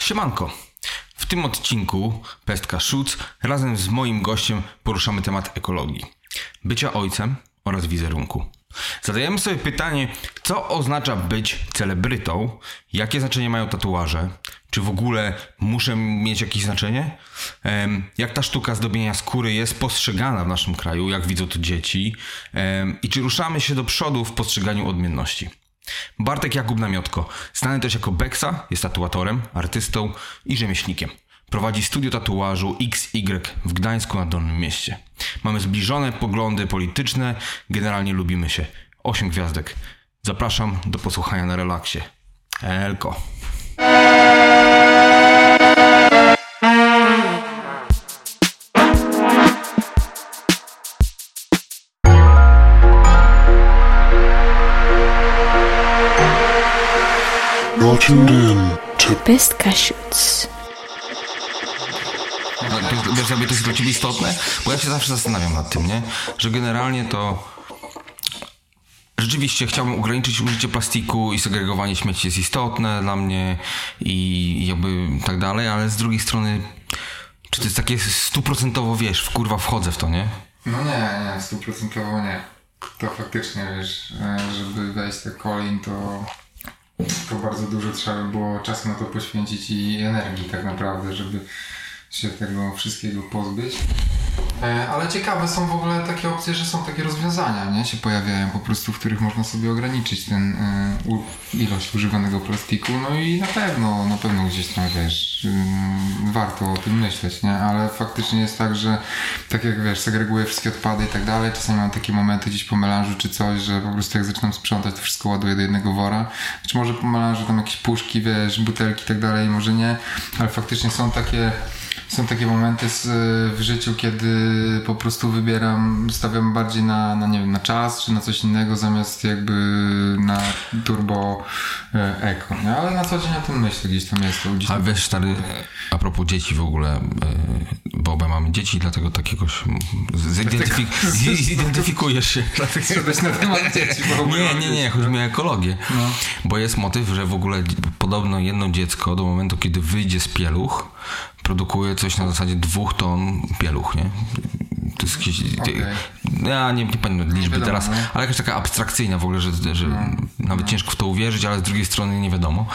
Siemanko! W tym odcinku Pestka Szuc razem z moim gościem poruszamy temat ekologii, bycia ojcem oraz wizerunku. Zadajemy sobie pytanie, co oznacza być celebrytą, jakie znaczenie mają tatuaże, czy w ogóle muszę mieć jakieś znaczenie, jak ta sztuka zdobienia skóry jest postrzegana w naszym kraju, jak widzą to dzieci i czy ruszamy się do przodu w postrzeganiu odmienności. Bartek Jakub Namiotko, znany też jako Beksa, jest tatuatorem, artystą i rzemieślnikiem. Prowadzi studio tatuażu XY w Gdańsku na Dolnym Mieście. Mamy zbliżone poglądy polityczne, generalnie lubimy się. 8 gwiazdek. Zapraszam do posłuchania na relaksie. Elko. Pestka Szuc. Wiesz, jakby to jest dla ciebie istotne? Bo ja się zawsze zastanawiam nad tym, nie? Że generalnie to rzeczywiście chciałbym ograniczyć użycie plastiku i segregowanie śmieci jest istotne dla mnie i jakby tak dalej, ale z drugiej strony czy to jest takie 100% wiesz, wchodzę w to, nie? No nie, 100% nie. To faktycznie, wiesz, żeby wejść te kolin, to bardzo dużo trzeba by było czasu na to poświęcić i energii tak naprawdę, żeby się tego wszystkiego pozbyć. Ale ciekawe są w ogóle takie opcje, że są takie rozwiązania, nie? Się pojawiają po prostu, w których można sobie ograniczyć ten ilość używanego plastiku. No i na pewno gdzieś tam, wiesz, warto o tym myśleć, nie? Ale faktycznie jest tak, że tak jak wiesz, segreguję wszystkie odpady i tak dalej, czasami mam takie momenty gdzieś po melanżu czy coś, że po prostu jak zaczynam sprzątać, to wszystko ładuję do jednego wora. Czy może po melanżu tam jakieś puszki, wiesz, butelki i tak dalej, może nie, ale faktycznie są takie momenty w życiu, kiedy po prostu stawiam bardziej na nie wiem, na czas, czy na coś innego, zamiast jakby na turbo eko, nie? Ale na co dzień o tym myślę, gdzieś tam jest to. A wiesz, stary, a propos dzieci w ogóle, bo obaj mamy dzieci, dlatego takiegoś zidentyfikujesz się. Sprzedać na temat dzieci. Nie, chodzi mi o ekologię. No. Bo jest motyw, że w ogóle podobno jedno dziecko do momentu, kiedy wyjdzie z pieluch, produkuje coś na zasadzie 2 ton pieluch, nie? To jest jakieś... Okay. Ja nie pamiętam liczby teraz, ale jakaś taka abstrakcyjna w ogóle, że nawet ciężko w to uwierzyć, ale z drugiej strony nie wiadomo.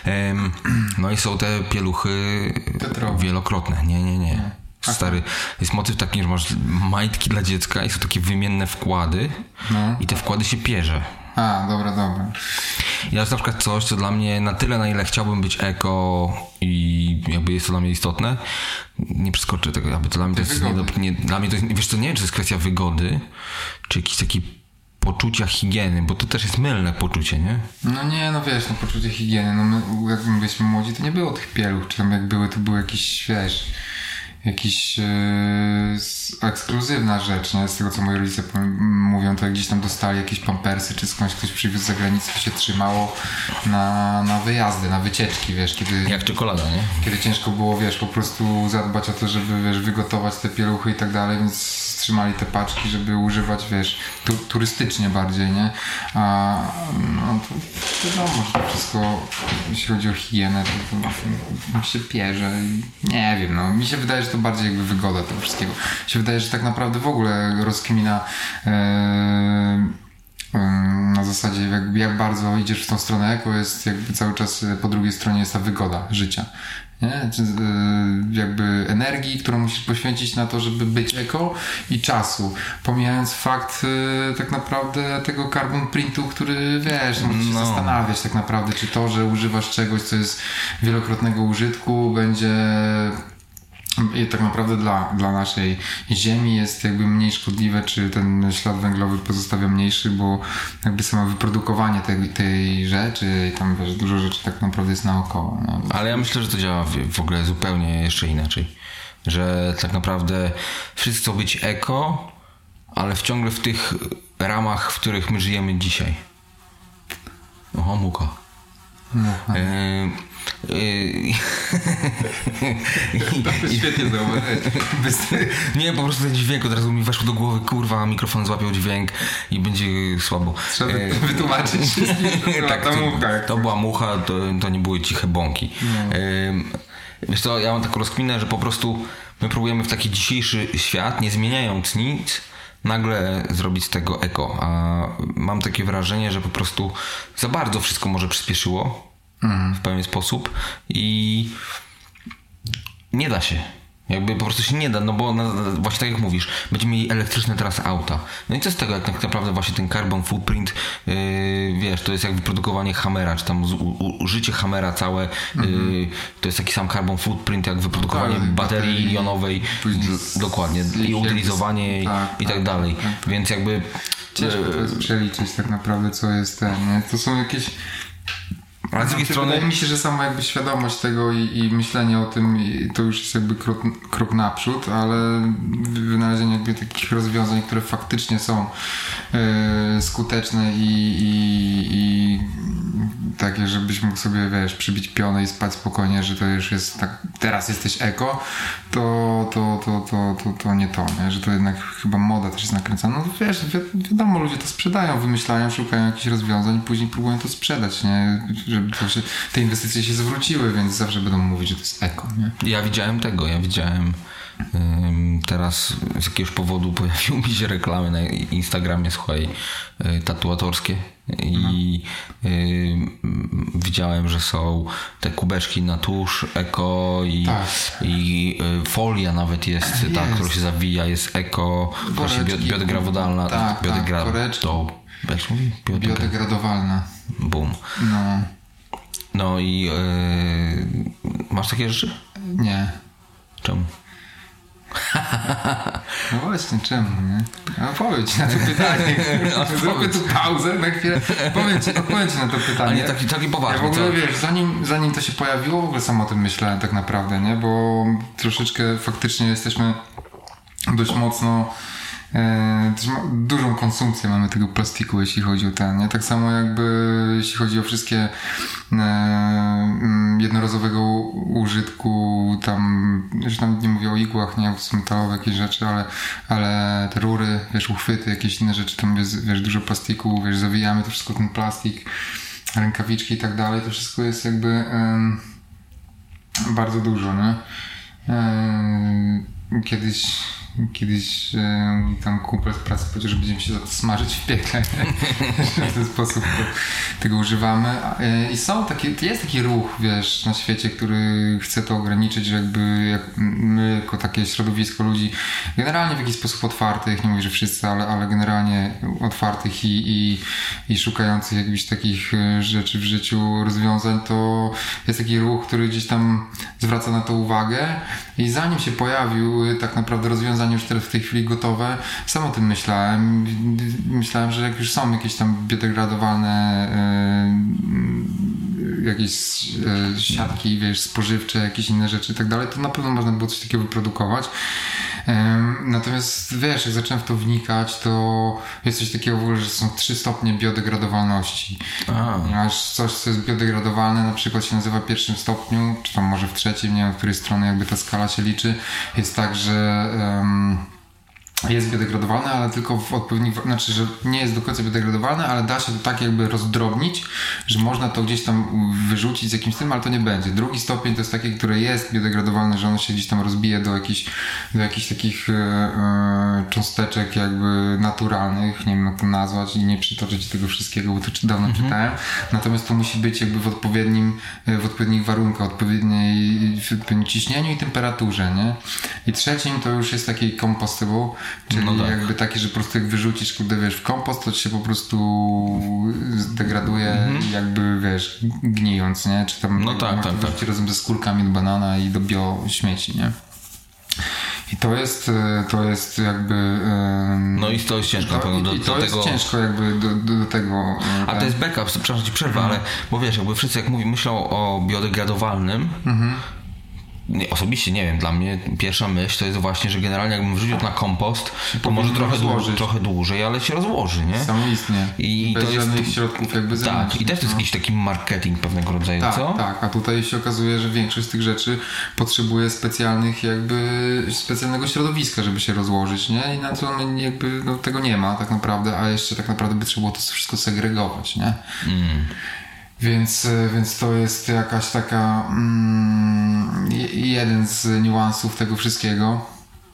No i są te pieluchy wielokrotne. Nie. Stary, jest motyw taki, że masz majtki dla dziecka i są takie wymienne wkłady i te wkłady się pierze. A, dobra. Ja jest na przykład coś, co dla mnie na tyle, na ile chciałbym być eko i jakby jest to dla mnie istotne, nie przeskoczę tego, jakby to dla mnie to jest dla mnie to jest, wiesz co, nie wiem, czy to jest kwestia wygody, czy jakiś taki poczucia higieny, bo to też jest mylne poczucie, nie? No nie, wiesz, poczucie higieny, my, jak my byliśmy młodzi, to nie było tych pieluch, czy tam jak były, to były jakieś, wiesz, jakiś ekskluzywna rzecz, nie? Z tego co moi rodzice mówią, to jak gdzieś tam dostali jakieś pampersy, czy skądś ktoś przywiózł z zagranicy, to się trzymało na wyjazdy, na wycieczki, wiesz, kiedy... Jak czekolada, nie? Kiedy ciężko było, wiesz, po prostu zadbać o to, żeby, wiesz, wygotować te pieluchy i tak dalej, więc trzymali te paczki, żeby używać, wiesz, turystycznie bardziej, nie? A no to wiadomo, że to wszystko, jeśli chodzi o higienę, to się pierze. Nie wiem, mi się wydaje, że to bardziej jakby wygoda tego wszystkiego. Mi się wydaje, że tak naprawdę w ogóle rozkmina na zasadzie jak bardzo idziesz w tą stronę eko, jest jakby cały czas po drugiej stronie jest ta wygoda życia. Nie? Jakby energii, którą musisz poświęcić na to, żeby być eko i czasu, pomijając fakt tak naprawdę tego carbon printu, który wiesz, musisz się zastanawiać tak naprawdę, czy to, że używasz czegoś, co jest wielokrotnego użytku, będzie i tak naprawdę dla naszej ziemi jest jakby mniej szkodliwe, czy ten ślad węglowy pozostawia mniejszy, bo jakby samo wyprodukowanie tej rzeczy i tam wiesz, dużo rzeczy tak naprawdę jest naokoło. No. Ale ja myślę, że to działa w ogóle zupełnie jeszcze inaczej. Że tak naprawdę wszyscy chcą być eko, ale ciągle w tych ramach, w których my żyjemy dzisiaj. Oho, muka. Świetnie zauważyłeś. Nie, po prostu ten dźwięk od razu mi weszło do głowy, kurwa, mikrofon złapiał dźwięk i będzie słabo. Trzeba wytłumaczyć wszystkim, tak, to była mucha, to nie były ciche bąki. Wiesz co, ja mam taką rozkminę, że po prostu my próbujemy w taki dzisiejszy świat, nie zmieniając nic, nagle zrobić z tego eko. A mam takie wrażenie, że po prostu za bardzo wszystko może przyspieszyło w pewien sposób i nie da się. Jakby po prostu się nie da, no bo właśnie tak jak mówisz, będziemy mieli elektryczne teraz auta. No i co z tego, jak tak naprawdę właśnie ten carbon footprint, wiesz, to jest jak wyprodukowanie Hammera, czy tam użycie Hammera całe, to jest taki sam carbon footprint, jak wyprodukowanie baterii jonowej, dokładnie, i utylizowanie jej i tak dalej. Więc jakby... Ciężko to jest przeliczyć tak naprawdę, co jest ten, nie? To są jakieś... Ale z drugiej strony... Wydaje mi się, że sama jakby świadomość tego i myślenie o tym to już jest jakby krok naprzód, ale wynalezienie jakby takich rozwiązań, które faktycznie są skuteczne i takie, żebyś mógł sobie, wiesz, przybić pionę i spać spokojnie, że to już jest tak, teraz jesteś eko, to nie to, nie? Że to jednak chyba moda też jest nakręcana. No wiesz, wiadomo, ludzie to sprzedają, wymyślają, szukają jakichś rozwiązań i później próbują to sprzedać, nie? Żeby te inwestycje się zwróciły, więc zawsze będą mówić, że to jest eko, nie? Ja widziałem teraz z jakiegoś powodu pojawiły mi się reklamy na Instagramie, słuchaj, tatuatorskie i widziałem, że są te kubeczki na tusz eko i folia nawet jest, ta, która się zawija, jest eko, właśnie biodegradowalna, biodegradowalna. Boom. No i masz takie rzeczy? Nie. Czemu? No właśnie, czemu, nie? Odpowiedź na to pytanie. Zróbmy tu pauzę na chwilę. Odpowiedź na to pytanie. A nie taki poważny. Ja w ogóle, wiesz, zanim to się pojawiło, w ogóle sam o tym myślałem tak naprawdę, nie? Bo troszeczkę faktycznie jesteśmy dość mocno... dużą konsumpcję mamy tego plastiku, jeśli chodzi o ten, nie? Tak samo jakby jeśli chodzi o wszystkie jednorazowego użytku, tam już nawet nie mówię o igłach, nie, o metalowe jakieś rzeczy, ale te rury, wiesz, uchwyty, jakieś inne rzeczy, tam jest, wiesz, dużo plastiku, wiesz, zawijamy to wszystko, ten plastik, rękawiczki i tak dalej, to wszystko jest jakby bardzo dużo, nie? Kiedyś tam kumpel z pracy powiedział, że będziemy się za to smażyć w piekle. W ten sposób tego używamy. I jest taki ruch, wiesz, na świecie, który chce to ograniczyć, że jakby jak my jako takie środowisko ludzi generalnie w jakiś sposób otwartych, nie mówię, że wszyscy, ale generalnie otwartych i szukających jakichś takich rzeczy w życiu, rozwiązań, to jest taki ruch, który gdzieś tam zwraca na to uwagę i zanim się pojawił tak naprawdę rozwiązanie już teraz w tej chwili gotowe, sam o tym myślałem. Myślałem, że jak już są jakieś tam biodegradowalne jakieś siatki, wiesz, spożywcze, jakieś inne rzeczy i tak dalej, to na pewno można było coś takiego wyprodukować. Natomiast wiesz, jak zacząłem w to wnikać, to jest coś takiego w ogóle, że są 3 stopnie biodegradowalności. Masz coś, co jest biodegradowalne, na przykład się nazywa w 1 stopniu, czy tam może w 3, nie wiem, w której strony jakby ta skala się liczy. Jest tak, że jest biodegradowalne, ale tylko w odpowiednich, znaczy, że nie jest do końca biodegradowalne, ale da się to tak jakby rozdrobnić, że można to gdzieś tam wyrzucić z jakimś tym, ale to nie będzie. 2 stopień to jest takie, które jest biodegradowalne, że ono się gdzieś tam rozbije do jakichś takich cząsteczek jakby naturalnych, nie wiem jak to nazwać i nie przytoczyć tego wszystkiego, bo to dawno czytałem. Natomiast to musi być jakby w odpowiednich warunkach, odpowiednim ciśnieniu i temperaturze, nie? I 3 to już jest taki compostable, czyli jakby taki, że po prostu jak wyrzucisz, kurde, wiesz, w kompost, to się po prostu zdegraduje jakby, wiesz, gnijąc, nie? Czy tam wyrzucić razem ze skórkami do banana i do biośmieci, nie? I to jest jakby... No i to jest ciężko na pewno do to tego... jest ciężko jakby do tego... A to jest backup, przepraszam ci przerwę, ale bo wiesz, jakby wszyscy jak myślą o biodegradowalnym, osobiście nie wiem, dla mnie pierwsza myśl to jest właśnie, że generalnie jakbym wrzucił to na kompost, to może trochę dłużej, ale się rozłoży, nie? Samoistnie. I bez to żadnych jest środków jakby zewnętrznych. Tak, i też to jest jakiś taki marketing pewnego rodzaju, co? Tak, a tutaj się okazuje, że większość z tych rzeczy potrzebuje specjalnego środowiska, żeby się rozłożyć, nie? I na co jakby tego nie ma tak naprawdę, a jeszcze tak naprawdę by trzeba było to wszystko segregować, nie? Więc to jest jakaś taka jeden z niuansów tego wszystkiego.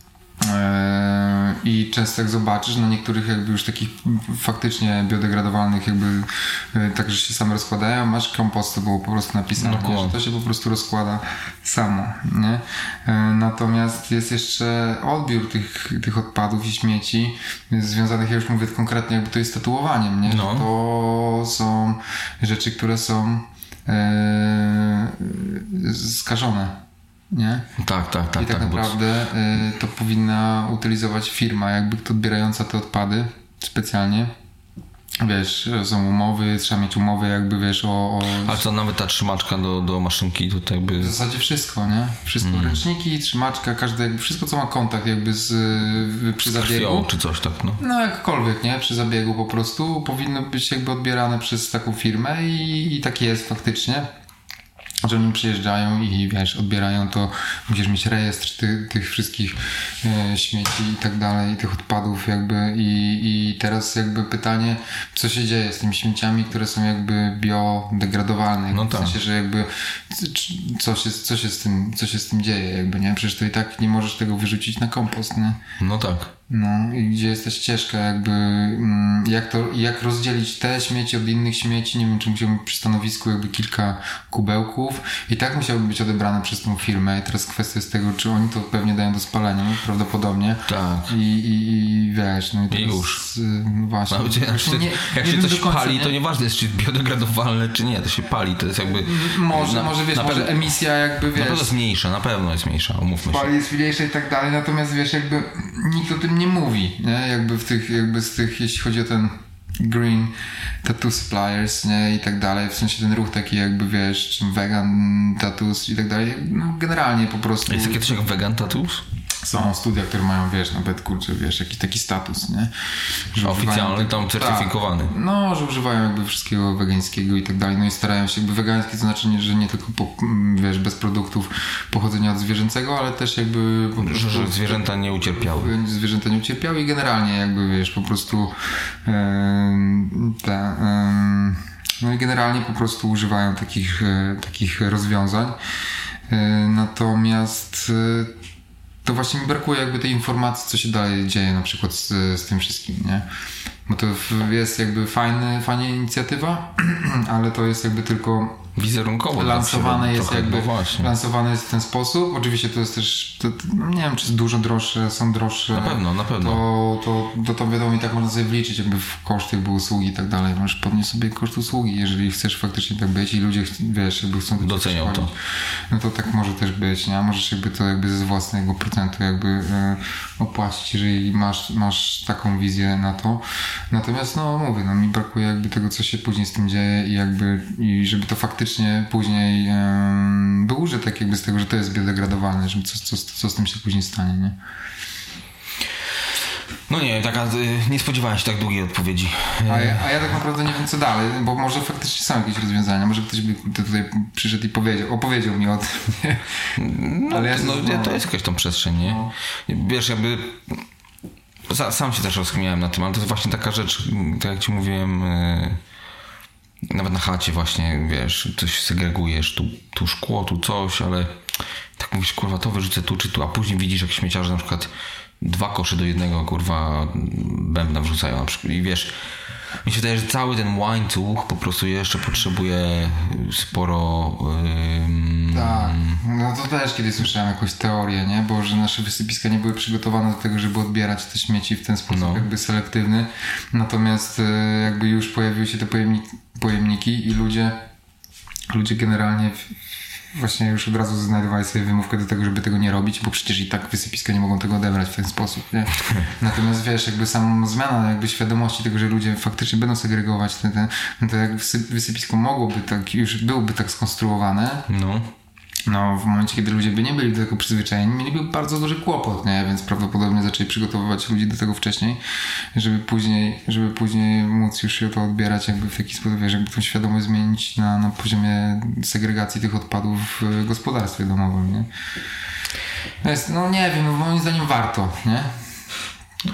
I często jak zobaczysz na niektórych jakby już takich faktycznie biodegradowalnych jakby tak, że się same rozkładają, masz kompost, to było po prostu napisane, że to się po prostu rozkłada samo, nie? Natomiast jest jeszcze odbiór tych odpadów i śmieci związanych, ja już mówię konkretnie jakby to jest tatuowaniem, nie? No. To są rzeczy, które są skażone. Nie? Tak. I tak naprawdę to powinna utylizować firma jakby odbierająca te odpady specjalnie. Wiesz, są umowy, trzeba mieć umowy jakby, wiesz, Ale co, nawet ta trzymaczka do maszynki to jakby... W zasadzie wszystko, nie? Wszystko, ręczniki, trzymaczka, każde jakby, wszystko co ma kontakt jakby przy zabiegu. Krwią, czy coś tak, no. No jakkolwiek, nie? Przy zabiegu po prostu powinno być jakby odbierane przez taką firmę i tak jest faktycznie. Że oni przyjeżdżają i wiesz, odbierają to, musisz mieć rejestr tych wszystkich śmieci i tak dalej, tych odpadów jakby i teraz jakby pytanie, co się dzieje z tymi śmieciami, które są jakby biodegradowalne, no w sensie, że jakby co się z tym dzieje jakby, nie? Przecież to i tak nie możesz tego wyrzucić na kompost, nie? No tak. No i gdzie jest ta ścieżka jakby, jak rozdzielić te śmieci od innych śmieci, nie wiem, czy musiałby przy stanowisku jakby kilka kubełków i tak musiałyby być odebrane przez tą firmę i teraz kwestia jest tego, czy oni to pewnie dają do spalenia, no, prawdopodobnie. Tak. I wiesz, no i teraz, już. Właśnie. Jak się coś pali, to nieważne jest, czy jest biodegradowalne, czy nie, to się pali, to jest jakby... Może wiesz, może emisja jakby, wiesz... Na pewno jest mniejsza, umówmy się. Pali jest mniejsza i tak dalej, natomiast wiesz, jakby nikt o tym nie mówi, nie? Jakby jeśli chodzi o ten green tattoo suppliers, nie? I tak dalej, w sensie ten ruch taki jakby, wiesz, czym vegan tattoos i tak dalej, no generalnie po prostu... Jest takie coś jak vegan tattoos? Są studia, które mają, wiesz, nawet kurczę, wiesz, jakiś taki status, nie? Że oficjalny, tam certyfikowany. Tak, no, że używają jakby wszystkiego wegańskiego i tak dalej, no i starają się jakby wegańskie, to znaczy, że nie tylko wiesz, bez produktów pochodzenia od zwierzęcego, ale też jakby... Że zwierzęta nie ucierpiały. Zwierzęta nie ucierpiały i generalnie jakby, wiesz, po prostu no i generalnie po prostu używają takich rozwiązań. Natomiast to właśnie mi brakuje jakby tej informacji, co się dalej dzieje na przykład z tym wszystkim, nie? Bo to jest jakby fajna inicjatywa, ale to jest jakby tylko wizerunkowo lansowane jest jakby lansowane jest w ten sposób. Oczywiście to jest też no nie wiem, czy jest dużo droższe, są droższe. Na pewno. To wiadomo i tak można sobie wliczyć jakby w koszty jakby usługi i tak dalej. Możesz podnieść sobie koszt usługi, jeżeli chcesz faktycznie tak być i ludzie, wiesz, jakby chcą docenią to. No to tak może też być, nie? A możesz jakby to jakby ze własnego procentu jakby opłacić, jeżeli masz taką wizję na to. Natomiast no mówię, no mi brakuje jakby tego, co się później z tym dzieje i żeby to faktycznie później był użytek jakby z tego, że to jest biodegradowalne, że co z tym się później stanie, nie? No nie, nie spodziewałem się tak długiej odpowiedzi. A ja tak naprawdę nie wiem, co dalej, bo może faktycznie są jakieś rozwiązania, może ktoś by tutaj przyszedł i opowiedział mi o tym, nie? Ale to jest jakaś tam przestrzeń, nie? No. Wiesz, jakby sam się też rozkminiałem na tym, ale to jest właśnie taka rzecz, tak jak ci mówiłem, nawet na chacie właśnie, wiesz, coś segregujesz, tu szkło, tu coś, ale tak mówisz, kurwa, to wyrzucę tu czy tu, a później widzisz, jak śmieciarze na przykład 2 kosze do jednego, kurwa, bębna wrzucają na przykład i wiesz, mi się wydaje, że cały ten łańcuch po prostu jeszcze potrzebuje sporo... Tak, no to też kiedyś słyszałem jakąś teorię, nie? Bo że nasze wysypiska nie były przygotowane do tego, żeby odbierać te śmieci w ten sposób jakby selektywny, natomiast jakby już pojawiły się te pojemniki i ludzie generalnie właśnie już od razu znajdowali sobie wymówkę do tego, żeby tego nie robić, bo przecież i tak wysypiska nie mogą tego odebrać w ten sposób, nie? Natomiast wiesz, jakby sama zmiana jakby świadomości tego, że ludzie faktycznie będą segregować to jak wysypisko mogłoby tak, już byłoby tak skonstruowane, no w momencie, kiedy ludzie by nie byli do tego przyzwyczajeni, mieliby bardzo duży kłopot, nie? Więc prawdopodobnie zaczęli przygotowywać ludzi do tego wcześniej, żeby później móc już się to odbierać jakby w taki sposób, wiesz, jakby tą świadomość zmienić na poziomie segregacji tych odpadów w gospodarstwie domowym, nie? No nie wiem, no moim zdaniem warto, nie?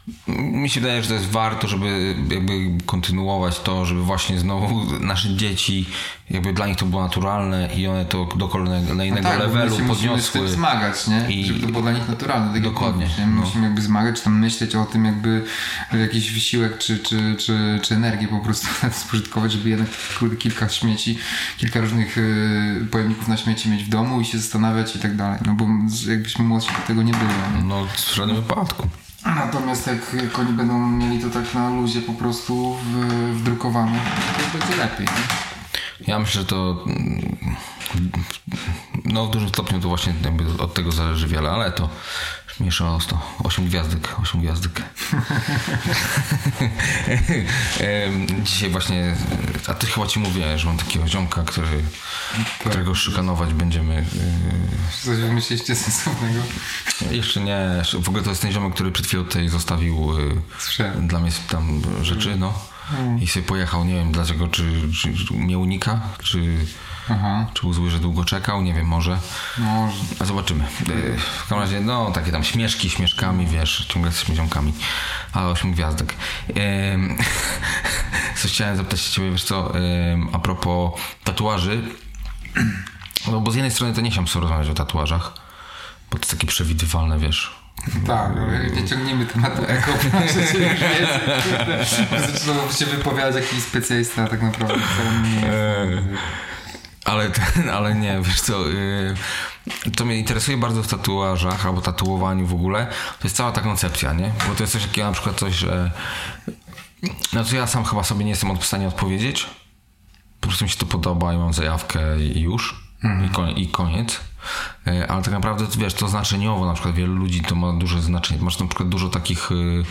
mi się wydaje, że to jest warto, żeby jakby kontynuować to, żeby właśnie znowu nasze dzieci, jakby dla nich to było naturalne i one to do kolejnego levelu podniosły. Musimy z tym zmagać, nie? Żeby to było dla nich naturalne. Tak dokładnie. Jak mówisz, musimy jakby zmagać, czy tam myśleć o tym, jakby jakiś wysiłek, czy energię po prostu spożytkować, żeby jednak kilka śmieci, kilka różnych pojemników na śmieci mieć w domu i się zastanawiać i tak dalej. No bo jakbyśmy młodsi do tego nie byli. Nie? No w żadnym wypadku. Natomiast jak oni będą mieli to tak na luzie po prostu wdrukowane, to będzie lepiej. Nie? Ja myślę, że to no w dużym stopniu to właśnie jakby od tego zależy wiele, ale to mniejsza o 100. 8 gwiazdek. Dzisiaj właśnie, a ty chyba ci mówiłem, że mam takiego ziomka, którego szykanować będziemy. Coś wymyśliliście sensownego? Jeszcze nie. W ogóle to jest ten ziomek, który przed chwilą tutaj zostawił dla mnie tam rzeczy, no. I sobie pojechał, nie wiem dlaczego, czy mnie unika, czy uzły, że długo czekał, nie wiem, może. A zobaczymy. W każdym razie, no, takie tam śmieszkami, wiesz, ciągle jesteśmy ziomkami, ale 8 gwiazdek. Coś chciałem zapytać się ciebie, wiesz co, a propos tatuaży, no bo z jednej strony to nie chciałem sobie rozmawiać o tatuażach, bo to jest takie przewidywalne, wiesz. Tak, ale nie ciągniemy tematu eko, przecież już jest. Zaczynał się wypowiadać jakiś specjalista, a tak naprawdę to nie jest. Ale nie, wiesz co, to mnie interesuje bardzo w tatuażach albo tatuowaniu w ogóle, to jest cała ta koncepcja, nie? Bo to jest coś takiego, na przykład coś, że no to ja sam chyba sobie nie jestem w stanie odpowiedzieć, po prostu mi się to podoba i mam zajawkę i już, i koniec. Ale tak naprawdę, wiesz, to znaczeniowo na przykład wielu ludzi to ma duże znaczenie. Masz na przykład dużo takich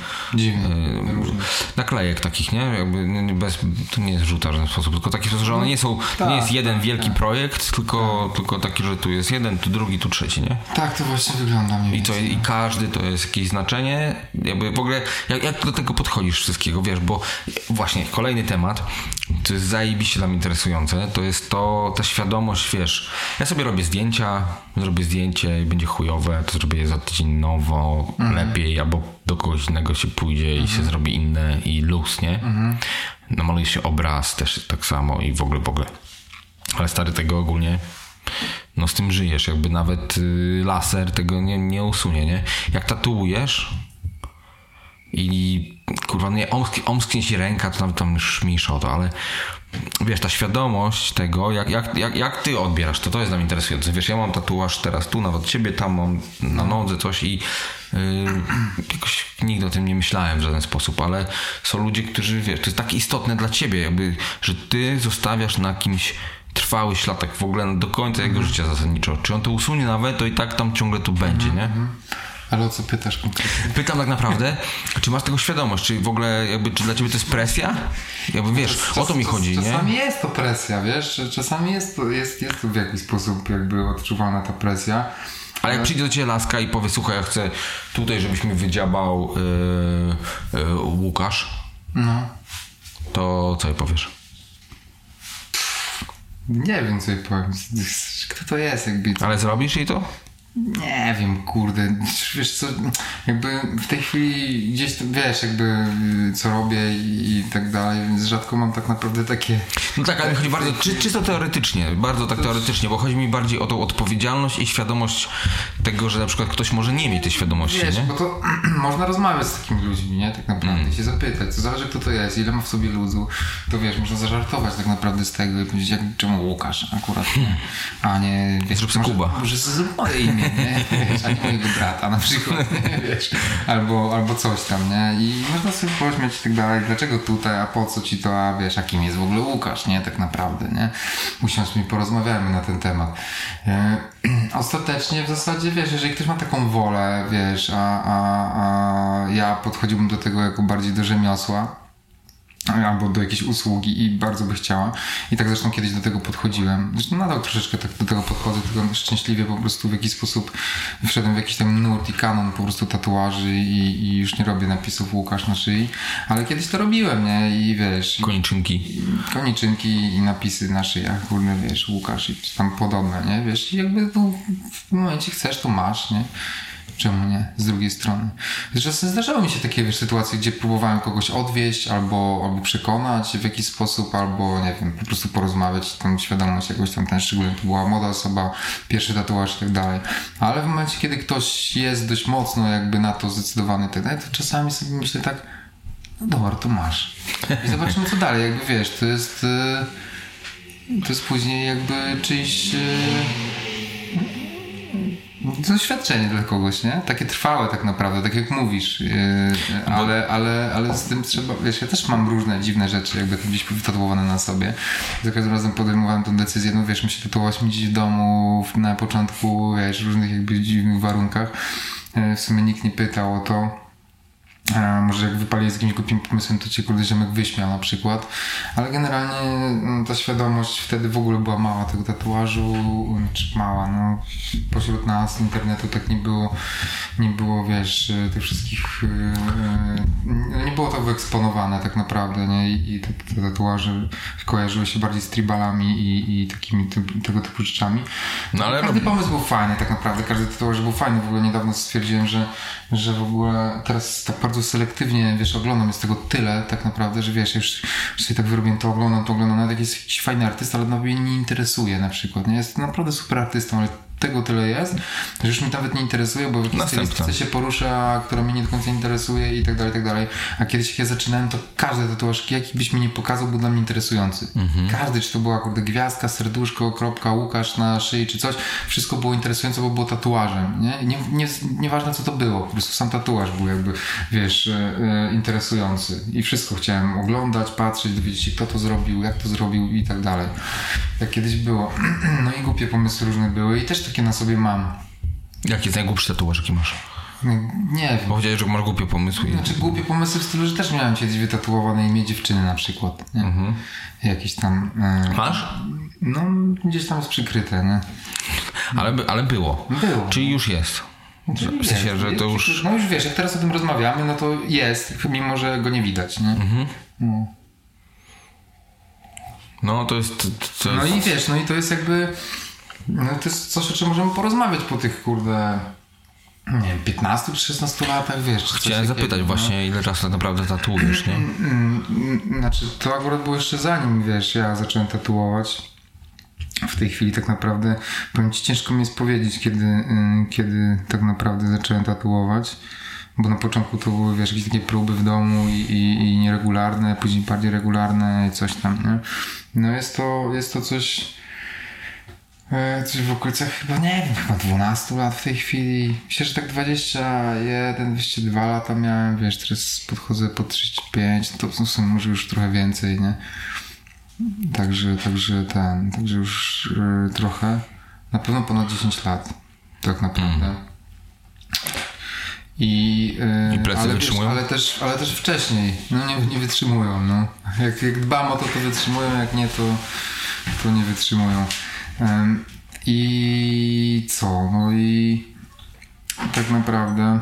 naklejek takich, nie? Jakby to nie jest żółta w żaden sposób, tylko taki sposób, że one nie są, nie jest jeden wielki projekt, tylko taki, że tu jest jeden, tu drugi, tu trzeci, nie? Tak, to właśnie wygląda mniej więcej. I każdy to jest jakieś znaczenie. Jakby w ogóle, jak do tego podchodzisz wszystkiego, wiesz, bo właśnie kolejny temat, to jest zajebiście dla mnie interesujące, to jest ta świadomość, wiesz, ja sobie robię zdjęcia, zrobię zdjęcie i będzie chujowe, to zrobię je za tydzień nowo, lepiej, albo do kogoś innego się pójdzie i się zrobi inne i luz, nie? Namaluje się obraz też tak samo i w ogóle. Ale stary, tego ogólnie no z tym żyjesz, jakby nawet laser tego nie usunie, nie? Jak tatuujesz i kurwa, nie, omsknie ci ręka, to nawet tam szmisz o to, ale wiesz, ta świadomość tego, jak ty odbierasz, to jest dla mnie interesujące. Wiesz, ja mam tatuaż teraz tu, nawet ciebie, tam mam na nodze coś i jakoś nigdy o tym nie myślałem w żaden sposób, ale są ludzie, którzy, wiesz, to jest tak istotne dla ciebie, jakby, że ty zostawiasz na kimś trwały śladek w ogóle do końca jego życia zasadniczo. Czy on to usunie nawet, to i tak tam ciągle to będzie, nie? Ale o co pytasz konkretnie? Pytam tak naprawdę, czy masz tego świadomość, czy w ogóle jakby, czy dla ciebie to jest presja? Jakby wiesz, o to mi chodzi, nie? Czasami jest to presja, wiesz? Czasami jest to w jakiś sposób jakby odczuwana ta presja. Ale jak przyjdzie do ciebie laska i powie, słuchaj, ja chcę tutaj, żebyś mi wydziabał Łukasz, no. To co jej powiesz? Nie wiem, co jej powiem. Kto to jest jakby? Ale zrobisz jej to? Nie wiem, kurde, wiesz co, jakby w tej chwili gdzieś to, wiesz, jakby co robię i tak dalej, więc rzadko mam tak naprawdę takie... No tak, ale mi chodzi bardzo, czysto teoretycznie, bardzo tak teoretycznie, bo chodzi mi bardziej o tą odpowiedzialność i świadomość tego, że na przykład ktoś może nie mieć tej świadomości, wiesz, nie? Bo to można rozmawiać z takimi ludźmi, nie? Tak naprawdę, się zapytać, to zależy kto to jest, ile ma w sobie luzu, to wiesz, można zażartować tak naprawdę z tego i powiedzieć, czemu Łukasz akurat, a nie, wiesz, zrób sobie Kuba. Może zrób moje imię, nie? Wiesz, a nie mojego brata na przykład, nie? Wiesz, albo coś tam, nie? I można sobie pośmiać i tak dalej, dlaczego tutaj, a po co ci to, a wiesz, a kim jest w ogóle Łukasz, nie? Tak naprawdę, nie? Usiądźmy i porozmawiamy na ten temat. Ostatecznie w zasadzie, wiesz, jeżeli ktoś ma taką wolę, wiesz, a ja podchodziłbym do tego jako bardziej do rzemiosła, albo do jakiejś usługi i bardzo by chciała. I tak zresztą kiedyś do tego podchodziłem. Zresztą nadal troszeczkę tak do tego podchodzę, tylko szczęśliwie po prostu w jakiś sposób wszedłem w jakiś tam nurt i kanon po prostu tatuaży i już nie robię napisów Łukasz na szyi. Ale kiedyś to robiłem, nie? I wiesz... Koniczynki i napisy na szyjach, kurde, wiesz, Łukasz i tam podobne, nie? Wiesz, i jakby w momencie chcesz, to masz, nie? czemu nie? Z drugiej strony. Czasem zdarzały mi się takie, wiesz, sytuacje, gdzie próbowałem kogoś odwieźć, albo przekonać w jakiś sposób, albo, nie wiem, po prostu porozmawiać, tą świadomość jakoś tam, ten szczególnie to była młoda osoba, pierwszy tatuaż i tak dalej. Ale w momencie, kiedy ktoś jest dość mocno jakby na to zdecydowany i tak dalej, to czasami sobie myślę tak, no dobra, to masz. I zobaczymy co dalej, jakby wiesz, to jest później jakby czyjś doświadczenie dla kogoś, nie? Takie trwałe tak naprawdę, tak jak mówisz. Ale z tym trzeba, wiesz, ja też mam różne dziwne rzeczy jakby gdzieś wytatuowane na sobie. Za każdym razem podejmowałem tę decyzję, no wiesz, my się tatuować mi gdzieś w domu na początku, wiesz, w różnych jakby dziwnych warunkach. W sumie nikt nie pytał o to. Może jak wypaliłeś z jakimś głupim pomysłem, to cię kurde ziomek wyśmiał na przykład, ale generalnie ta świadomość wtedy w ogóle była mała tego tatuażu, czy mała, no pośród nas internetu tak nie było wiesz, tych wszystkich nie było to wyeksponowane tak naprawdę, nie? I te tatuaże kojarzyły się bardziej z tribalami i takimi tego typu rzeczami. No, ale każdy pomysł był fajny tak naprawdę, każdy tatuaż był fajny, w ogóle niedawno stwierdziłem, że w ogóle teraz tak bardzo selektywnie, wiesz, oglądam, jest tego tyle tak naprawdę, że wiesz, już sobie tak wyrobię, to oglądam, nawet jak jest jakiś fajny artysta, ale mnie nie interesuje na przykład, nie? Jest naprawdę super artystą, ale tego tyle jest, że już mnie nawet nie interesuje, bo w jakiejś stylistyce się porusza, która mnie nie do końca interesuje i tak dalej, i tak dalej. A kiedyś jak ja zaczynałem, to każdy tatuaż, jaki byś mi nie pokazał, był dla mnie interesujący. Każdy, czy to była kurde gwiazdka, serduszko, kropka, Łukasz na szyi, czy coś, wszystko było interesujące, bo było tatuażem, nie? Nieważne co to było, po prostu sam tatuaż był jakby, wiesz, interesujący. I wszystko chciałem oglądać, patrzeć, dowiedzieć się, kto to zrobił, jak to zrobił i tak dalej. Jak kiedyś było. No i głupie pomysły różne były i też takie na sobie mam. Jaki jest najgłupszy tatuaż, jaki masz? Nie wiem. Bo powiedziałeś, że masz głupie pomysły. Znaczy głupie pomysły w stylu, że też miałem kiedyś wytatuowane imię dziewczyny na przykład. Nie? Jakieś tam... Masz? No, gdzieś tam jest przykryte, nie? Ale było. Było. Czyli już jest. W sensie, że to już... No już wiesz, jak teraz o tym rozmawiamy, no to jest, mimo że go nie widać, nie? No. No to jest... No i wiesz, no i to jest jakby... No to jest coś, o czym możemy porozmawiać po tych, kurde... Nie wiem, 15 czy 16 latach, wiesz. Chciałem zapytać właśnie, ile czasu tak naprawdę tatuujesz, nie? Znaczy, to akurat było jeszcze zanim, wiesz, ja zacząłem tatuować. W tej chwili tak naprawdę, powiem ci, ciężko mi jest powiedzieć, kiedy tak naprawdę zacząłem tatuować. Bo na początku to były, wiesz, jakieś takie próby w domu i nieregularne, później bardziej regularne i coś tam, nie? No jest to coś w okolicach chyba, nie wiem, chyba 12 lat w tej chwili. Myślę, że tak 21, 22 lata miałem, wiesz, teraz podchodzę po 35, to w sumie może już trochę więcej, nie? Także już trochę, na pewno ponad 10 lat, tak naprawdę. I plecy wytrzymują? Ale też wcześniej, no nie wytrzymują, no. Jak dbam o to wytrzymują, jak nie, to nie wytrzymują. I co? No i tak naprawdę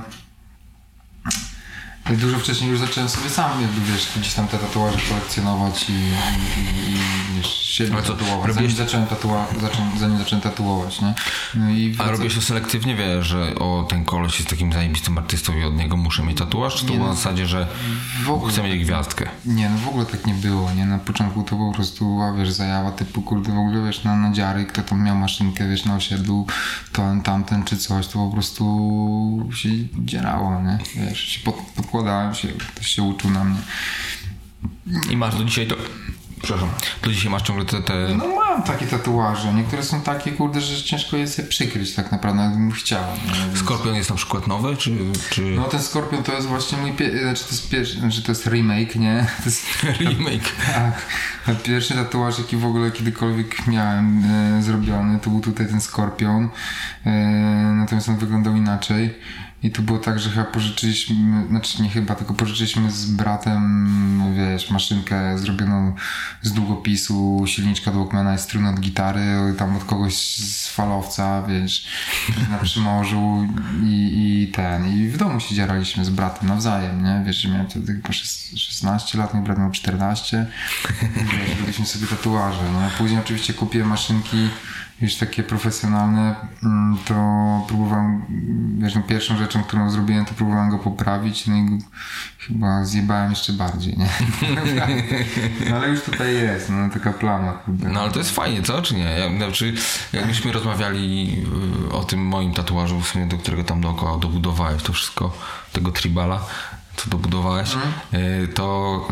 dużo wcześniej już zacząłem sobie sam jakby, wiesz, gdzieś tam te tatuaże kolekcjonować i wiesz, siebie tatuować, zanim zacząłem tatuować, nie? No i a robisz to selektywnie, wiesz, że ten koleś jest takim zajebistym artystą i od niego muszę mieć tatuaż, czy to było na zasadzie, że chcę mieć gwiazdkę? Nie, no w ogóle tak nie było, nie? Na początku to po prostu, wiesz, zajawa typu, kurde, w ogóle, wiesz, na dziary, kto tam miał maszynkę, wiesz, na osiedlu, tamten czy coś, to po prostu się dzierało, nie? Wiesz, się podkładałem się, ktoś się uczył na mnie. I masz do dzisiaj to... Przepraszam, do dzisiaj masz ciągle te... No mam takie tatuaże. Niektóre są takie, kurde, że ciężko je sobie przykryć tak naprawdę, nawet bym chciał. Więc... Skorpion jest na przykład nowy, czy... No ten Skorpion to jest właśnie mój to jest remake, nie? To jest... remake. Tak. Pierwszy tatuaż, jaki w ogóle kiedykolwiek miałem zrobiony, to był tutaj ten Skorpion. Natomiast on wyglądał inaczej. I tu było tak, że chyba pożyczyliśmy, znaczy nie chyba, tylko pożyczyliśmy z bratem, wiesz, maszynkę zrobioną z długopisu, silniczka do Walkmana i strun od gitary, tam od kogoś z falowca, wiesz, na Przymorzu i w domu się dzieraliśmy z bratem nawzajem, nie? Wiesz, że miałem wtedy chyba 16 lat, mój brat miał 14, wiesz, robiliśmy sobie tatuaże, no. Później oczywiście kupiłem maszynki już takie profesjonalne, to próbowałem, wiesz, no pierwszą rzeczą, którą zrobiłem, to próbowałem go poprawić, no i chyba zjebałem jeszcze bardziej, nie? No ale już tutaj jest, no taka plama. Kurde. No ale to jest fajnie, co? Czy nie? Znaczy, jakbyśmy rozmawiali o tym moim tatuażu, w sumie, do którego tam dookoła dobudowałeś to wszystko, tego tribala, co dobudowałeś, to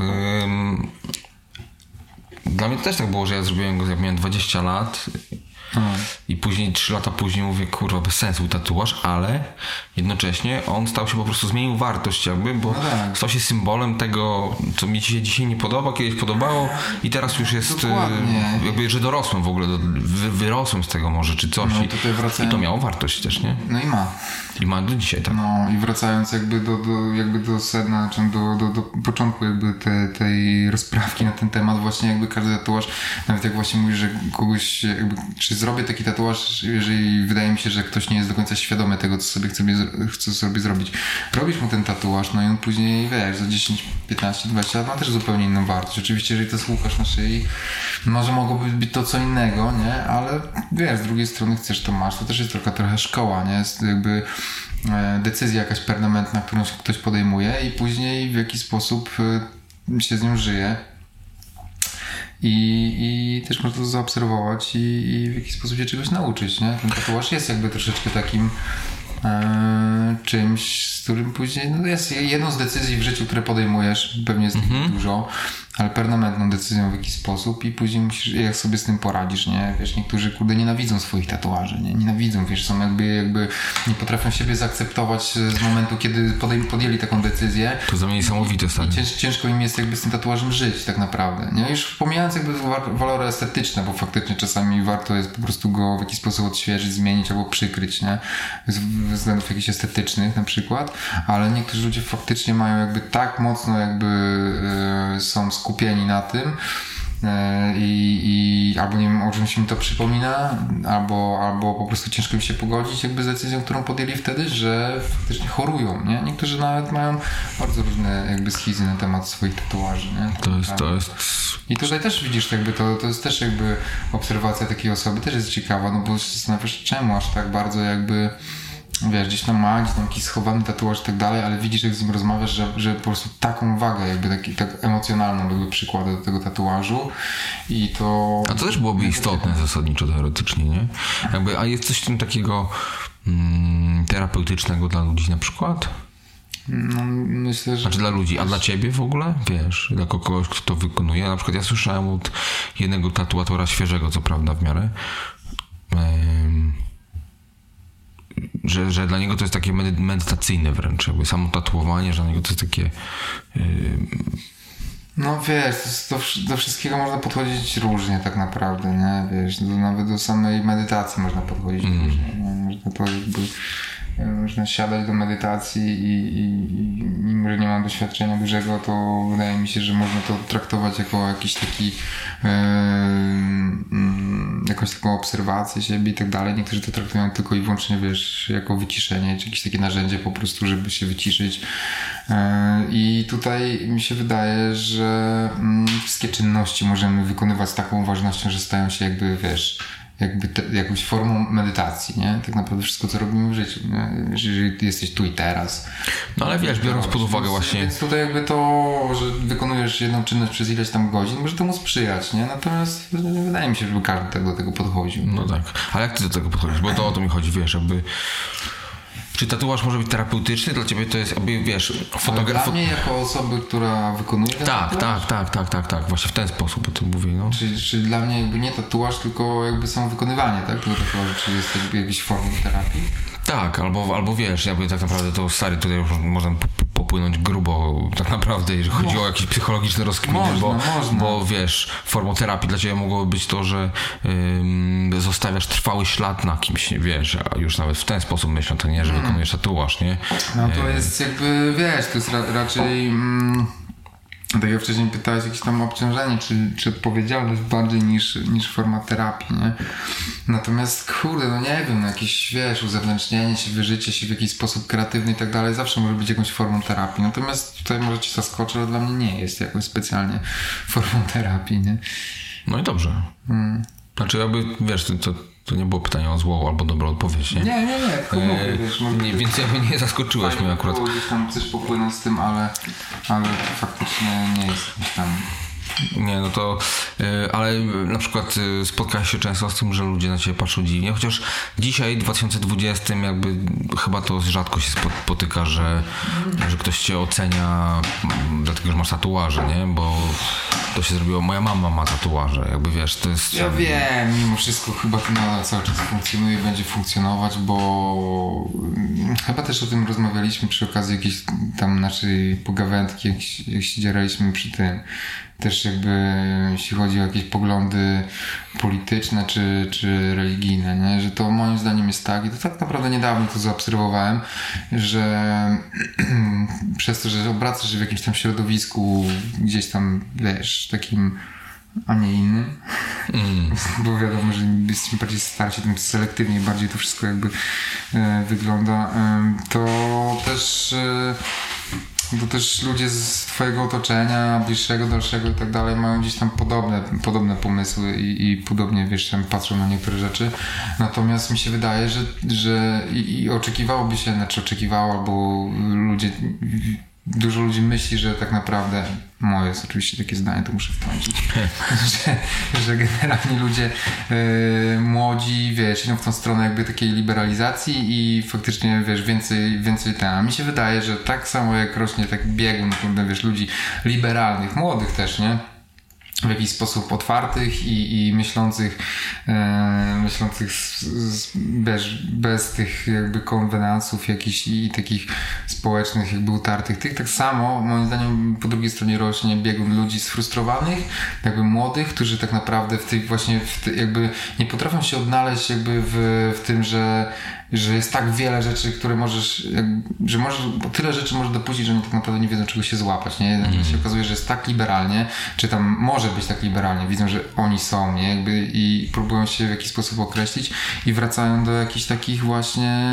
dla mnie to też tak było, że ja zrobiłem go, jak miałem 20 lat i później 3 lata później mówię, kurwa, bez sensu tatuaż, ale jednocześnie on stał się po prostu, zmienił wartość jakby, bo stał się symbolem tego, co mi się dzisiaj nie podoba, kiedyś podobało i teraz już jest jakby, że dorosłem w ogóle, wyrosłem z tego może, czy coś i to miało wartość też, nie? No i ma. I ma do dzisiaj, tak. No i wracając jakby do sedna, czy do początku jakby tej rozprawki na ten temat, właśnie jakby każdy tatuaż, nawet jak właśnie mówisz, że kogoś jakby, czy zrobię taki tatuaż, jeżeli wydaje mi się, że ktoś nie jest do końca świadomy tego, co chce sobie zrobić. Robisz mu ten tatuaż, no i on później, wiesz, za 10, 15, 20 lat ma też zupełnie inną wartość. Oczywiście, jeżeli to jest Łukasz na szyi, może mogłoby być to co innego, nie? Ale wiesz, z drugiej strony chcesz, to masz. To też jest trochę szkoła, nie? Jest jakby decyzja jakaś permanentna, którą ktoś podejmuje i później w jaki sposób się z nią żyje. I też można to zaobserwować i w jakiś sposób się czegoś nauczyć, nie? Ten tatuaż jest jakby troszeczkę takim czymś, z którym później jest jedną z decyzji w życiu, które podejmujesz, pewnie jest dużo, ale permanentną decyzją w jakiś sposób i później musisz, jak sobie z tym poradzisz, nie? Wiesz, niektórzy nienawidzą swoich tatuaży, nie? Nienawidzą, wiesz, są jakby nie potrafią siebie zaakceptować z momentu, kiedy podjęli taką decyzję. To za mnie niesamowite stanie. Ciężko im jest jakby z tym tatuażem żyć tak naprawdę, nie? Już pomijając jakby walory estetyczne, bo faktycznie czasami warto jest po prostu go w jakiś sposób odświeżyć, zmienić albo przykryć, nie? Z względów jakichś estetycznych na przykład, ale niektórzy ludzie faktycznie mają jakby tak mocno jakby są skupieni na tym i albo nie wiem, o czymś mi to przypomina, albo po prostu ciężko im się pogodzić jakby z decyzją, którą podjęli wtedy, że faktycznie chorują, nie? Niektórzy nawet mają bardzo różne jakby schizy na temat swoich tatuaży, nie? To jest... I tutaj też widzisz jakby to jest też jakby obserwacja takiej osoby też jest ciekawa, no bo się zastanawiasz, czemu aż tak bardzo jakby wiesz, gdzieś tam ma jakiś schowany tatuaż i tak dalej, ale widzisz, jak z nim rozmawiasz, że po prostu taką wagę jakby tak emocjonalną jakby przykłada do tego tatuażu i to... A to też byłoby istotne zasadniczo teoretycznie, nie? Jakby, a jest coś w tym takiego terapeutycznego dla ludzi na przykład? No, myślę, że... Znaczy dla ludzi, a dla ciebie w ogóle? Wiesz, jako kogoś, kto to wykonuje. Na przykład ja słyszałem od jednego tatuatora świeżego, co prawda w miarę, że dla niego to jest takie medytacyjne wręcz, jakby samo tatuowanie, że dla niego to jest takie... No wiesz, do wszystkiego można podchodzić różnie tak naprawdę, nie? Wiesz, nawet do samej medytacji można podchodzić różnie, nie? Można to jakby... Można siadać do medytacji i mimo, że nie mam doświadczenia dużego, to wydaje mi się, że można to traktować jako jakiś taki jakąś taką obserwację siebie i tak dalej. Niektórzy to traktują tylko i wyłącznie, wiesz, jako wyciszenie, czy jakieś takie narzędzie po prostu, żeby się wyciszyć. I tutaj mi się wydaje, że wszystkie czynności możemy wykonywać z taką uważnością, że stają się jakby, wiesz, jakąś formą medytacji, nie? Tak naprawdę wszystko, co robimy w życiu, nie? Jeżeli jesteś tu i teraz. No ale wiesz, biorąc pod uwagę właśnie... Więc tutaj jakby to, że wykonujesz jedną czynność przez ileś tam godzin, może temu sprzyjać, nie? Natomiast nie wydaje mi się, żeby każdy tak do tego podchodził. No tak. Ale jak ty do tego podchodzisz? Bo to o to mi chodzi, wiesz, jakby... Czy tatuaż może być terapeutyczny? Dla ciebie to jest, jakby, wiesz, fotograf... Dla mnie jako osoby, która wykonuje ten tatuaż? Tak. Właśnie w ten sposób o tym mówię, no. Czy dla mnie jakby nie tatuaż, tylko jakby samo wykonywanie, tak? Tego tatuażu, czy jest jakby jakiś formą terapii? Tak, albo wiesz, jakby tak naprawdę to stary, tutaj już można popłynąć grubo tak naprawdę, jeżeli chodzi o jakieś psychologiczne rozkminy, bo wiesz, formą terapii dla ciebie mogłoby być to, że zostawiasz trwały ślad na kimś, wiesz, a już nawet w ten sposób myślę, to nie, że wykonujesz tatuaż, nie? No to jest jakby, wiesz, to jest raczej... Tak jak wcześniej pytałeś, jakieś tam obciążenie, czy odpowiedzialność bardziej niż forma terapii, nie? Natomiast kurde, no nie wiem, jakieś, wiesz, uzewnętrznienie się, wyżycie się w jakiś sposób kreatywny i tak dalej, zawsze może być jakąś formą terapii. Natomiast tutaj może cię zaskoczy, ale dla mnie nie jest jakoś specjalnie formą terapii, nie? No i dobrze. Znaczy jakby, wiesz, to To nie było pytanie o złą albo dobrą odpowiedź, nie? Nie, tylko mówię, wiesz. Więc jakby nie zaskoczyłeś mnie akurat. Gdzieś tam coś popłynął z tym, ale faktycznie nie jest gdzieś tam... Nie, no to, ale na przykład spotkałeś się często z tym, że ludzie na ciebie patrzą dziwnie, chociaż dzisiaj, w 2020 jakby chyba to rzadko się spotyka, że ktoś cię ocenia dlatego, że masz tatuaże, nie? Bo to się zrobiło, moja mama ma tatuaże, jakby wiesz, to jest... Ja wiem, mimo wszystko chyba to nadal cały czas funkcjonuje i będzie funkcjonować, bo chyba też o tym rozmawialiśmy przy okazji jakiejś tam naszej pogawędki, jak się dzieraliśmy przy tym. Też jakby jeśli chodzi o jakieś poglądy polityczne czy religijne, nie? Że to moim zdaniem jest tak, i to tak naprawdę niedawno to zaobserwowałem, że przez to, że obracasz się w jakimś tam środowisku gdzieś tam, wiesz, takim, a nie innym, bo wiadomo, że jesteśmy bardziej starsi, tym selektywnie bardziej to wszystko jakby wygląda, to też ludzie z twojego otoczenia, bliższego, dalszego i tak dalej mają gdzieś tam podobne pomysły i podobnie, wiesz, tam patrzą na niektóre rzeczy. Natomiast mi się wydaje, że oczekiwałoby się, albo dużo ludzi myśli, że tak naprawdę, moje jest oczywiście takie zdanie, to muszę wtrącić, że generalnie ludzie młodzi, wiesz, idą w tą stronę jakby takiej liberalizacji i faktycznie, wiesz, więcej tam. A mi się wydaje, że tak samo jak rośnie tak biegun, wiesz, ludzi liberalnych, młodych też, nie? W jakiś sposób otwartych i myślących bez tych jakby konwenansów jakichś i takich społecznych jakby utartych tych, tak samo moim zdaniem po drugiej stronie rośnie biegun ludzi sfrustrowanych, jakby młodych, którzy tak naprawdę jakby nie potrafią się odnaleźć jakby w tym, że jest tak wiele rzeczy, które bo tyle rzeczy może dopuścić, że oni tak naprawdę nie wiedzą, czego się złapać, nie? Nagle się okazuje, że jest tak liberalnie, czy tam może być tak liberalnie, widzą, że oni są, nie? Jakby i próbują się w jakiś sposób określić i wracają do jakichś takich właśnie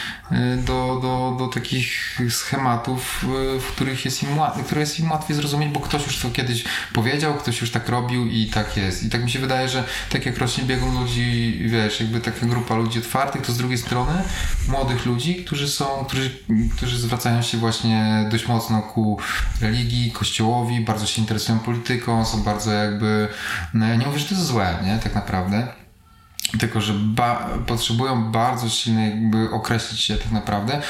do takich schematów, które jest im łatwiej zrozumieć, bo ktoś już to kiedyś powiedział, ktoś już tak robił i tak jest. I tak mi się wydaje, że tak jak rośnie biegun ludzi, wiesz, jakby taka grupa ludzi otwartych, to z drugiej strony młodych ludzi, którzy zwracają się właśnie dość mocno ku religii, kościołowi, bardzo się interesują polityką, są bardzo jakby, no ja nie mówię, że to jest złe, nie, tak naprawdę. Tylko, że potrzebują bardzo silnie jakby określić się tak naprawdę,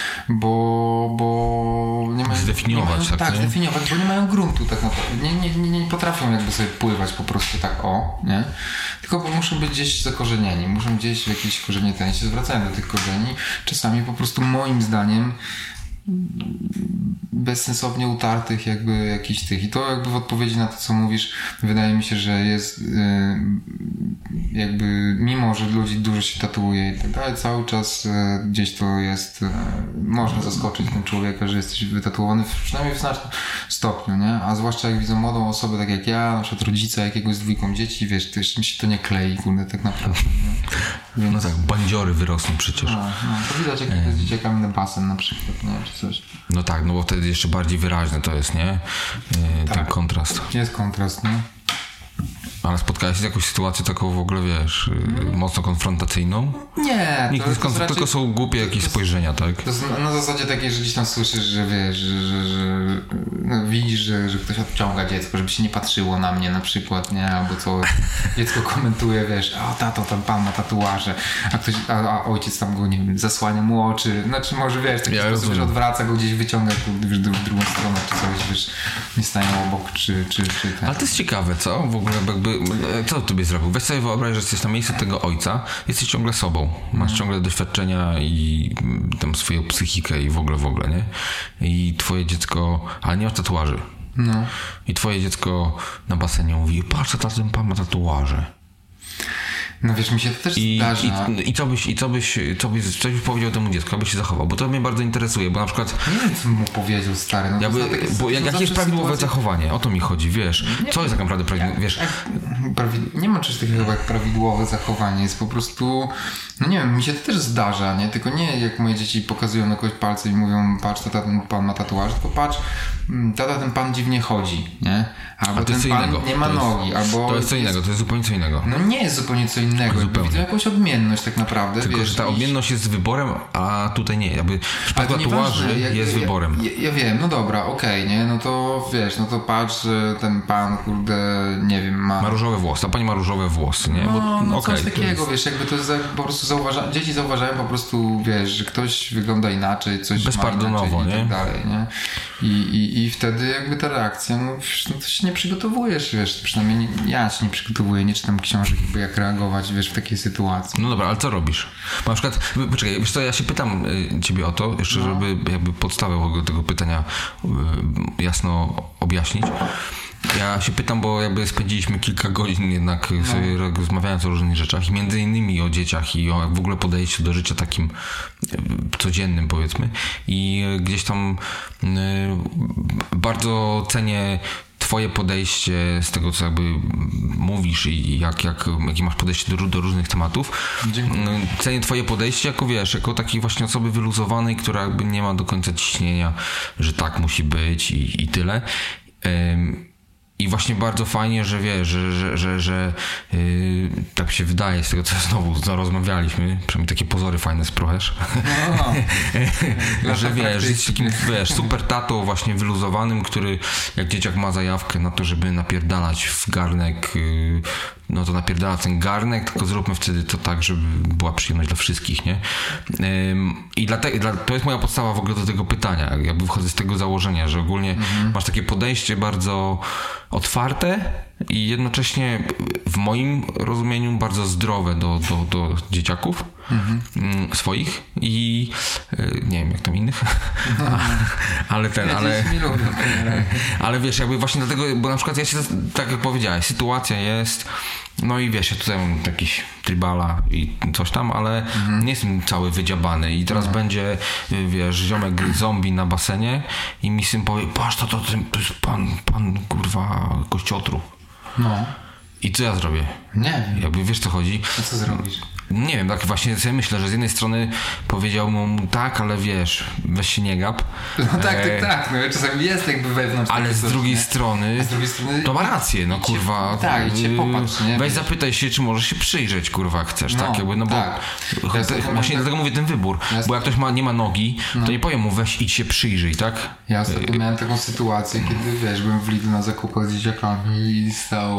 bo nie mają... Zdefiniować, zdefiniować, bo nie mają gruntu tak naprawdę. Nie potrafią jakby sobie pływać po prostu tak nie? Tylko muszą być gdzieś zakorzenieni, muszą gdzieś w jakieś korzenie się zwracają do tych korzeni. Czasami po prostu moim zdaniem bezsensownie utartych jakby jakichś tych. I to jakby w odpowiedzi na to, co mówisz, wydaje mi się, że jest jakby, mimo że ludzi dużo się tatuuje i tak dalej, cały czas gdzieś to jest, można zaskoczyć ten człowieka, że jesteś wytatuowany przynajmniej w znacznym stopniu, nie? A zwłaszcza jak widzą młodą osobę, tak jak ja, na przykład rodzica jakiegoś z dwójką dzieci, wiesz, to jeszcze mi się to nie klei, kurde, tak naprawdę. Więc... No tak, bandziory wyrosną przecież. To widać, jak z dzieciakami na basen na przykład, nie? Czy coś. No tak, no bo wtedy jeszcze bardziej wyraźne to jest, nie? Ten kontrast. Jest kontrast, nie? Ale spotkałeś się z jakąś sytuacją taką w ogóle, wiesz, mocno konfrontacyjną? Nie. Tylko są głupie jakieś spojrzenia, tak? To na zasadzie takiej, że gdzieś tam słyszysz, że wiesz, że widzisz, że ktoś odciąga dziecko, żeby się nie patrzyło na mnie na przykład, nie? Albo co dziecko komentuje, wiesz, a tato, tam pan ma tatuaże, a ojciec tam go, nie wiem, zasłania mu oczy, znaczy może, wiesz, w taki sposób, że odwraca go, gdzieś wyciąga, wiesz, w drugą stronę, czy coś, wiesz, nie stają obok, czy ten. Ale to jest ciekawe, co? W ogóle jakby, co ty byś zrobił? Weź sobie wyobraź, że jesteś na miejscu tego ojca, jesteś ciągle sobą, masz ciągle doświadczenia i tam swoją psychikę i w ogóle, nie? I twoje dziecko, ale nie masz tatuaży. No. I twoje dziecko na basenie mówi, patrz, ten pan ma tatuaże. No wiesz, mi się to też zdarza. Co byś powiedział temu dziecku, aby się zachował? Bo to mnie bardzo interesuje, bo na przykład... Nie wiem, co mu powiedział, stary. No bo jakie jest prawidłowe zachowanie? O to mi chodzi, wiesz. Co jest tak naprawdę prawidłowe, wiesz? Nie ma czegoś takiego jak prawidłowe zachowanie. Jest po prostu... No nie wiem, mi się to też zdarza, nie? Tylko nie jak moje dzieci pokazują na kogoś palcem i mówią, patrz, tata, ten pan ma tatuaż, tylko patrz, tata, ten pan dziwnie chodzi, nie? Albo ten pan nie ma nogi, albo... To jest co innego, to jest zupełnie co innego. No nie jest zupełnie co innego. innego. Zupełnie. Widzą jakąś odmienność tak naprawdę. Tylko, wiesz, że ta odmienność jest wyborem, a tutaj nie. Jakby w przypadku tatuaży jest wyborem. Ja wiem, no dobra, okej, nie? No to wiesz, no to patrz, że ten pan, kurde, nie wiem, ma różowe włosy, a pani ma różowe włosy, nie? No coś takiego, wiesz, jakby to jest po prostu dzieci zauważają po prostu, wiesz, że ktoś wygląda inaczej, coś bezpardonowo, ma inaczej nie? I tak dalej, nie? I wtedy jakby ta reakcja, no to się nie przygotowujesz, wiesz, przynajmniej ja się nie przygotowuję, nie czytam książek, jakby jak reagować, wiesz, w takiej sytuacji. No dobra, ale co robisz? Bo na przykład, poczekaj, wiesz co, ja się pytam ciebie o to, jeszcze żeby jakby podstawę w ogóle tego pytania jasno objaśnić. Ja się pytam, bo jakby spędziliśmy kilka godzin jednak sobie rozmawiając o różnych rzeczach i między innymi o dzieciach i o w ogóle podejściu do życia takim codziennym, powiedzmy, i gdzieś tam bardzo cenię twoje podejście z tego, co jakby mówisz i jakie masz podejście do różnych tematów. Dziękuję. Cenię twoje podejście jako, wiesz, jako takiej właśnie osoby wyluzowanej, która jakby nie ma do końca ciśnienia, że tak musi być i tyle. I właśnie bardzo fajnie, że wiesz, że tak się wydaje z tego, co znowu rozmawialiśmy, przynajmniej takie pozory fajne sprochesz, że wiesz, że jest takim, wiesz, super tatą właśnie wyluzowanym, który jak dzieciak ma zajawkę na to, żeby napierdalać w garnek, no to napierdala ten garnek, tylko zróbmy wtedy to tak, żeby była przyjemność dla wszystkich, nie? I to jest moja podstawa w ogóle do tego pytania. Jakby wychodzę z tego założenia, że ogólnie masz takie podejście bardzo otwarte i jednocześnie w moim rozumieniu bardzo zdrowe do dzieciaków swoich i nie wiem jak tam innych, ale wiesz, jakby właśnie dlatego, bo na przykład ja się, tak jak powiedziałeś, sytuacja jest, no i wiesz, ja tutaj mam jakiś tribala i coś tam, ale nie jestem cały wydziabany i teraz będzie, wiesz, ziomek zombie na basenie i mi syn powie, patrz, to jest pan kurwa kościotrup. No. I co ja zrobię? Nie wiem. Jakby wiesz co chodzi? A co zrobisz? Nie wiem, tak właśnie sobie myślę, że z jednej strony powiedział mu tak, ale wiesz, weź się nie gap. No tak, no czasami jest jakby wewnątrz. Ale z drugiej strony to ma rację, no kurwa. Tak, i cię popatrz, nie? Weź zapytaj się, czy możesz się przyjrzeć, kurwa, chcesz, no, tak? Jakby, no bo tak. właśnie dlatego mówię ten wybór, bo jak ktoś nie ma nogi, to nie powiem mu weź idź się przyjrzyj, tak? Ja ostatnio miałem taką sytuację, kiedy wiesz, byłem w Lidlu na zakupach z dzieciakami i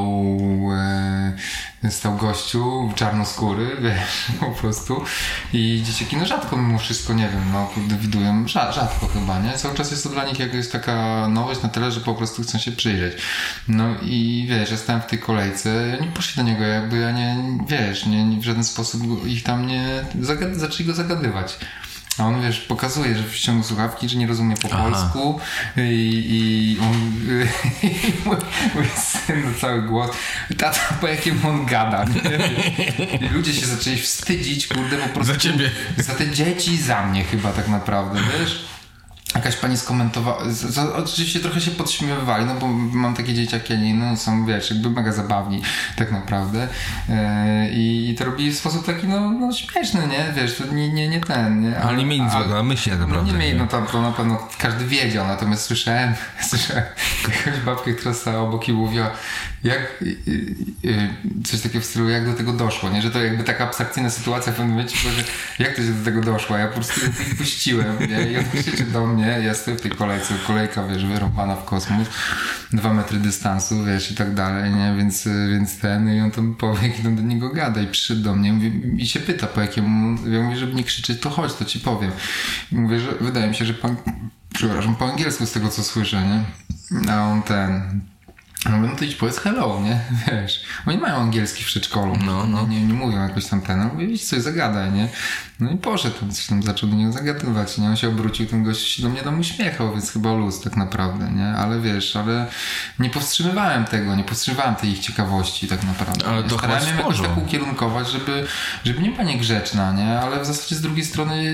stał gościu czarnoskóry, wiesz, po prostu i dzieciaki, no rzadko mimo wszystko, nie wiem, no widują, rzadko chyba, nie? Cały czas jest to dla nich jakaś taka nowość na tyle, że po prostu chcą się przyjrzeć. No i wiesz, ja stałem w tej kolejce, oni poszli do niego, jakby ja nie, wiesz, nie w żaden sposób ich tam nie, zaczęli go zagadywać. A on, wiesz, pokazuje, że wciągnął słuchawki, że nie rozumie po polsku i on mój syn na cały głos, tata, po jakim on gada, nie? I ludzie się zaczęli wstydzić, kurde, po prostu za ciebie, za te dzieci i za mnie chyba tak naprawdę, wiesz? Jakaś pani skomentowała, oczywiście trochę się podśmiewywali, no bo mam takie dzieciaki, no są, wiesz, jakby mega zabawni tak naprawdę i to robili w sposób taki, no śmieszny, nie, wiesz, to nie ten, nie? Ale nie mieli nic złego na myśli tak naprawdę. No nie mieli, no to na pewno każdy wiedział, natomiast słyszałem jakąś babkę, która stała obok i mówiła, coś takiego w stylu, jak do tego doszło, nie, że to jakby taka abstrakcyjna sytuacja w pewnym momencie, że jak to się do tego doszło, ja po prostu ich puściłem, nie? I on krzyczy do mnie, ja stoję w tej kolejce, kolejka, wiesz, wyrąbana w kosmos, 2 metry dystansu, wiesz, i tak dalej, nie, więc i on tam powie, jak do niego gada i przyszedł do mnie i się pyta, po jakiemu, ja mówię, żeby nie krzyczeć, to chodź, to ci powiem. I mówię, że wydaje mi się, że po angielsku z tego, co słyszę, nie, a on no to idź powiedz hello, nie? Wiesz, oni mają angielski w przedszkolu. No. Nie mówią jakoś tam ten. Mówię, idź coś zagadaj, nie? No i poszedł tam, coś tam zaczął do niego zagadywać, nie? On się obrócił, ten gość się do mnie tam uśmiechał, więc chyba luz tak naprawdę, nie? Ale wiesz, nie powstrzymywałem tego, nie powstrzymywałem tej ich ciekawości tak naprawdę. Ale to starałem ją jakoś tak ukierunkować, żeby nie była niegrzeczna, nie? Ale w zasadzie z drugiej strony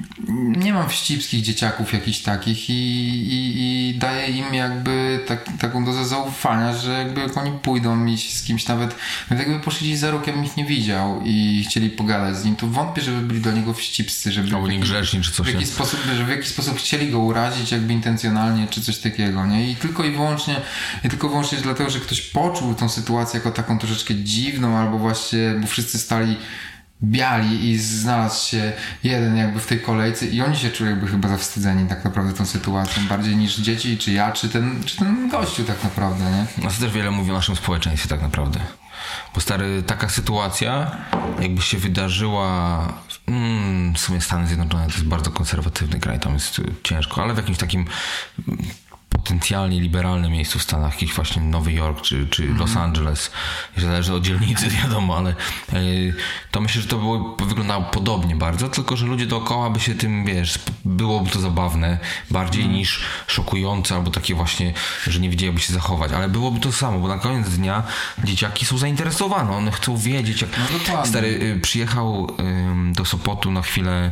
nie mam wścibskich dzieciaków jakichś takich i daję im jakby taką taką dozę zaufania, że jakby jak oni pójdą iść z kimś nawet, jakby poszli za rok, ja bym ich nie widział i chcieli pogadać z nim, to wątpię, żeby byli do niego wścibscy, żeby albo niegrzeczni czy coś. w jakiś sposób chcieli go urazić jakby intencjonalnie czy coś takiego, nie? I tylko wyłącznie dlatego, że ktoś poczuł tą sytuację jako taką troszeczkę dziwną, albo właśnie, bo wszyscy stali biali i znalazł się jeden jakby w tej kolejce i oni się czuli jakby chyba zawstydzeni tak naprawdę tą sytuacją, bardziej niż dzieci, czy ja, czy ten gościu tak naprawdę, nie? No to też wiele mówi o naszym społeczeństwie tak naprawdę. Bo stary, taka sytuacja jakby się wydarzyła w sumie Stany Zjednoczone to jest bardzo konserwatywny kraj, tam jest ciężko, ale w jakimś takim potencjalnie liberalnym miejscu w Stanach, jakiś właśnie Nowy Jork czy Los Angeles, zależy od dzielnicy, wiadomo, ale to myślę, że to wyglądało podobnie bardzo, tylko że ludzie dookoła by się tym, wiesz, byłoby to zabawne bardziej niż szokujące, albo takie właśnie, że nie wiedzieliby się zachować, ale byłoby to samo, bo na koniec dnia dzieciaki są zainteresowane, one chcą wiedzieć, jak stary przyjechał do Sopotu na chwilę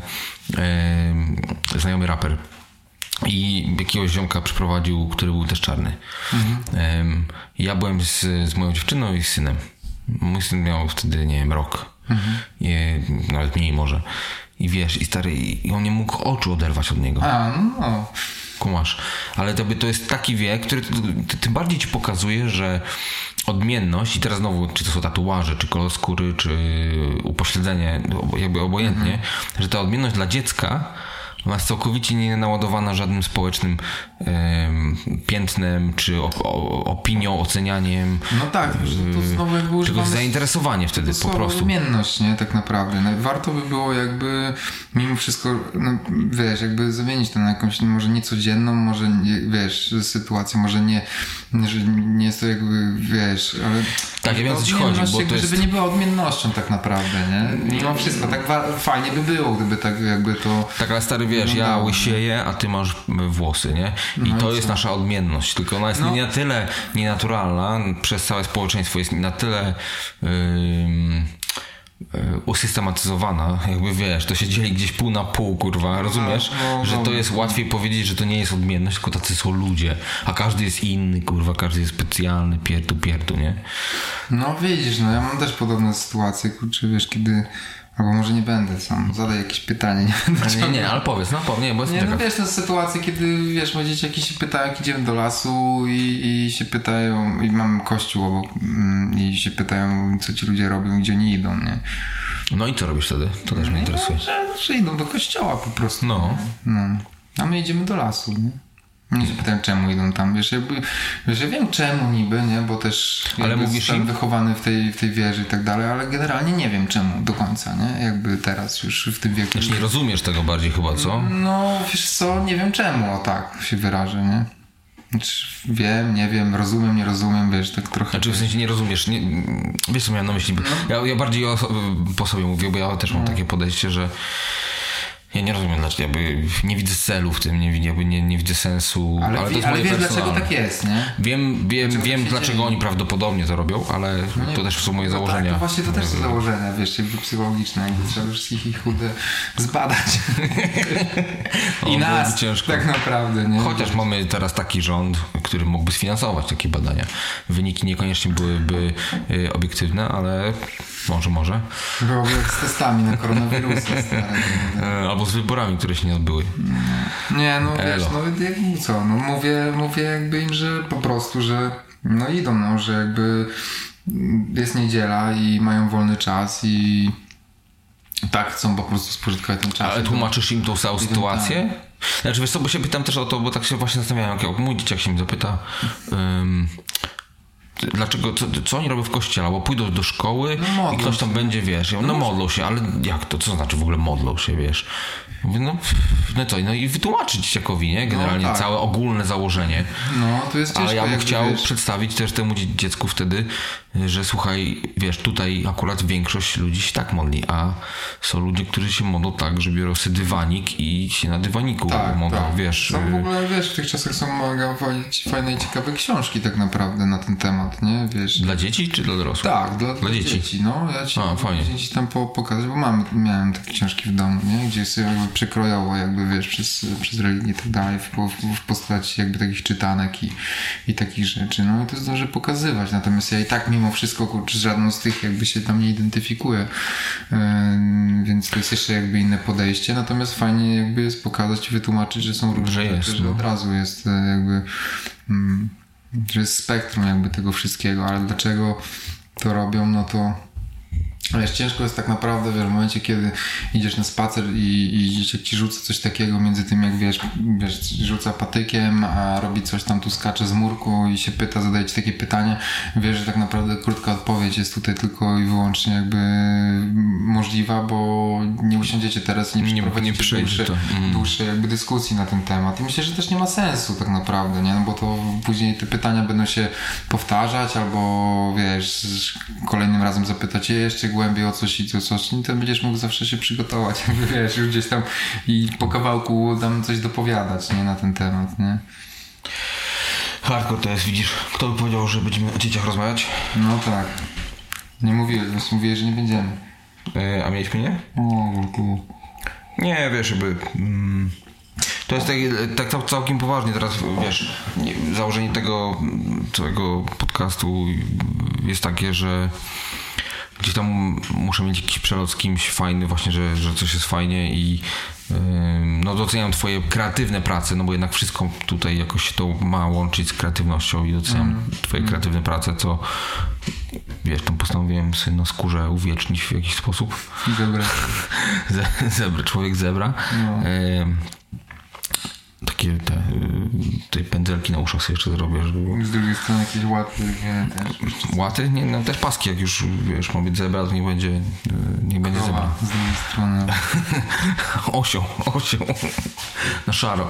znajomy raper i jakiegoś ziomka przyprowadził, który był też czarny. Ja byłem z moją dziewczyną i z synem. Mój syn miał wtedy, nie wiem, rok. Nawet mniej może. I wiesz, i stary, i on nie mógł oczu oderwać od niego. No. Kumasz. Ale to jest taki wiek, który tym bardziej ci pokazuje, że odmienność, i teraz znowu, czy to są tatuaże, czy kolor skóry, czy upośledzenie, jakby obojętnie, że ta odmienność dla dziecka ona jest całkowicie nie naładowana żadnym społecznym piętnem, czy opinią, ocenianiem. No tak, że to znowu jakby używamy... Tylko zainteresowanie wtedy po prostu. Odmienność, nie? Tak naprawdę. No, warto by było jakby mimo wszystko, no, wiesz, jakby zamienić to na jakąś może niecodzienną, może nie, wiesz, sytuację, może nie, że nie jest to jakby, wiesz, ale... Tak, ja wiem, o co ci chodzi, bo to jest... Żeby nie była odmiennością tak naprawdę, nie? Mimo wszystko, tak fajnie by było, gdyby tak jakby to... Tak, ale stary, wiesz, ja łysieję, a ty masz włosy, nie? I to jest nasza odmienność, tylko ona jest nie na tyle nienaturalna przez całe społeczeństwo, jest na tyle usystematyzowana, jakby wiesz, to się dzieli gdzieś pół na pół, kurwa, rozumiesz? Że to jest łatwiej powiedzieć, że to nie jest odmienność, tylko tacy są ludzie, a każdy jest inny, kurwa, każdy jest specjalny, pierdu, nie? No widzisz, no ja mam też podobne sytuacje, kurczę, wiesz, kiedy... Albo może nie będę sam, zadaj jakieś pytanie, nie będę Nie, ale powiedz, bo jest nie, no wiesz, to jest sytuacja, kiedy, wiesz, moje dzieciaki się pytają, jak idziemy do lasu i się pytają, i mam kościół obok, i się pytają, co ci ludzie robią, gdzie oni idą, nie? No i co robisz wtedy? To też mnie interesuje. Że idą do kościoła po prostu. No. A my idziemy do lasu, nie? Mnie się pytają, czemu idą tam, wiesz, ja wiem czemu niby, nie, bo też jestem wychowany w tej wierze i tak dalej, ale generalnie nie wiem czemu do końca, nie, jakby teraz już w tym wieku. Też nie rozumiesz tego bardziej chyba, co? No, wiesz co, nie wiem czemu, o tak się wyrażę, nie. Znaczy, wiem, nie wiem, rozumiem, nie rozumiem, wiesz, tak trochę... Znaczy w sensie nie rozumiesz, nie, wiesz co miałem na myśli, ja bardziej po sobie mówię, bo ja też mam takie podejście, że ja nie rozumiem, dlaczego jakby nie widzę celu w tym, nie widzę sensu. Ale to jest ale wiesz, dlaczego tak jest, nie? Wiem dlaczego oni prawdopodobnie to robią, ale to też są moje założenia. Tak, to właśnie to też są założenia, wiesz, jakby psychologiczne, jakby trzeba wszystkich ich zbadać. I nas, ciężko. Tak naprawdę, nie? Chociaż mamy teraz taki rząd, który mógłby sfinansować takie badania. Wyniki niekoniecznie byłyby obiektywne, ale może. Byłoby jak z testami na koronawirusa. Albo z wyborami, które się nie odbyły. Nie, no wiesz, no co, no mówię jakby im, że po prostu, że no idą, no, że jakby jest niedziela i mają wolny czas i tak chcą po prostu spożytkować ten czas. Ale tłumaczysz im tą całą sytuację? Znaczy wiesz co, bo się pytam też o to, bo tak się właśnie zastanawiałem, jak mój dzieciak się mnie zapyta, dlaczego, co oni robią w kościele, bo pójdą do szkoły i ktoś tam będzie, wiesz, modlą się, ale jak to, co znaczy w ogóle modlą się, wiesz? Mówię, no i wytłumaczyć dzieciakowi, nie? Generalnie całe ogólne założenie. No, to jest ciężko. Ale ja bym chciał przedstawić też temu dziecku wtedy, że słuchaj, wiesz, tutaj akurat większość ludzi się tak modli, a są ludzie, którzy się modlą tak, że biorą sobie dywanik i się na dywaniku modlą, wiesz. Są w ogóle, wiesz, w tych czasach są mega fajne i ciekawe książki tak naprawdę na ten temat. temat, nie? Wiesz. Dla dzieci czy dla dorosłych? Tak, dla dzieci. No, ja ci dzieci tam pokażę, bo miałem takie książki w domu, nie? Gdzie sobie jakby przekrojowo, jakby wiesz, przez religię i tak dalej, w postaci jakby takich czytanek i takich rzeczy. No i to jest dobrze pokazywać. Natomiast ja i tak mimo wszystko, kurczę, żadną z tych jakby się tam nie identyfikuję. Więc to jest jeszcze jakby inne podejście. Natomiast fajnie jakby jest pokazać i wytłumaczyć, że są różne rzeczy, że od razu jest jakby że jest spektrum jakby tego wszystkiego, ale dlaczego to robią, no to ale ciężko jest tak naprawdę w momencie, kiedy idziesz na spacer i dzieciak ci rzuca coś takiego między tym, jak wiesz, rzuca patykiem, a robi coś tam, tu skacze z murku i się pyta, zadaje ci takie pytanie, wiesz, że tak naprawdę krótka odpowiedź jest tutaj tylko i wyłącznie jakby możliwa, bo nie usiądziecie teraz i nie przeprowadzicie dłuższej jakby dyskusji na ten temat. I myślę, że też nie ma sensu tak naprawdę, nie? No bo to później te pytania będą się powtarzać, albo wiesz, kolejnym razem zapytać je jeszcze głębiej o coś i coś, to będziesz mógł zawsze się przygotować, jakby wiesz, już gdzieś tam i po kawałku tam coś dopowiadać, nie, na ten temat, nie? Hardcore to jest, widzisz, kto by powiedział, że będziemy o dzieciach rozmawiać? No tak. Nie mówiłeś, właśnie mówiłeś, że nie będziemy. A mieliśmy nie? O. Nie, wiesz, jakby... To jest tak całkiem poważnie teraz, wiesz, założenie tego całego podcastu jest takie, że gdzieś tam muszę mieć jakiś przelot z kimś fajny, właśnie, że coś jest fajnie i no doceniam twoje kreatywne prace, no bo jednak wszystko tutaj jakoś się to ma łączyć z kreatywnością i doceniam twoje kreatywne prace, co wiesz, tam postanowiłem sobie na skórze uwiecznić w jakiś sposób. Zebra, człowiek zebra. No. Takie te pędzelki na uszach sobie jeszcze zrobię, żeby... Z drugiej strony jakieś łaty, nie? Łaty? Nie, no też paski, jak już, wiesz, ma być zebra, to nie będzie zebra. Z drugiej strony. Osią. Na szaro.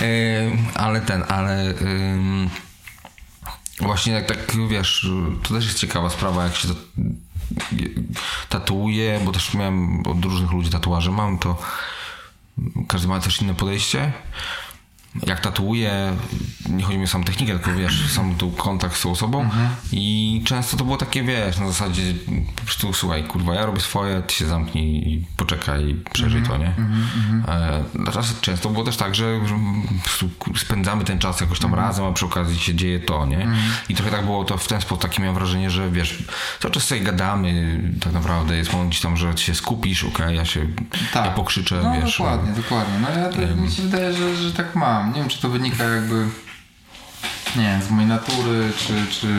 Właśnie tak, wiesz, to też jest ciekawa sprawa, jak się tatuuje, bo też miałem od różnych ludzi tatuaże, to każdy ma też inne podejście. Jak tatuuję, nie chodzi mi o samą technikę, tylko wiesz, sam tu kontakt z tą osobą i często to było takie, wiesz, na zasadzie po prostu słuchaj, kurwa, ja robię swoje, ty się zamknij i poczekaj i przeżyj to, nie? Często było też tak, że spędzamy ten czas jakoś tam razem, a przy okazji się dzieje to, nie? I trochę tak było to w ten sposób, takie miałem wrażenie, że wiesz, cały czas sobie gadamy, tak naprawdę jest moment gdzieś tam, że się skupisz, ja pokrzyczę, no, wiesz. Dokładnie. No ja mi się wydaje, że tak mam. Nie wiem, czy to wynika jakby z mojej natury, czy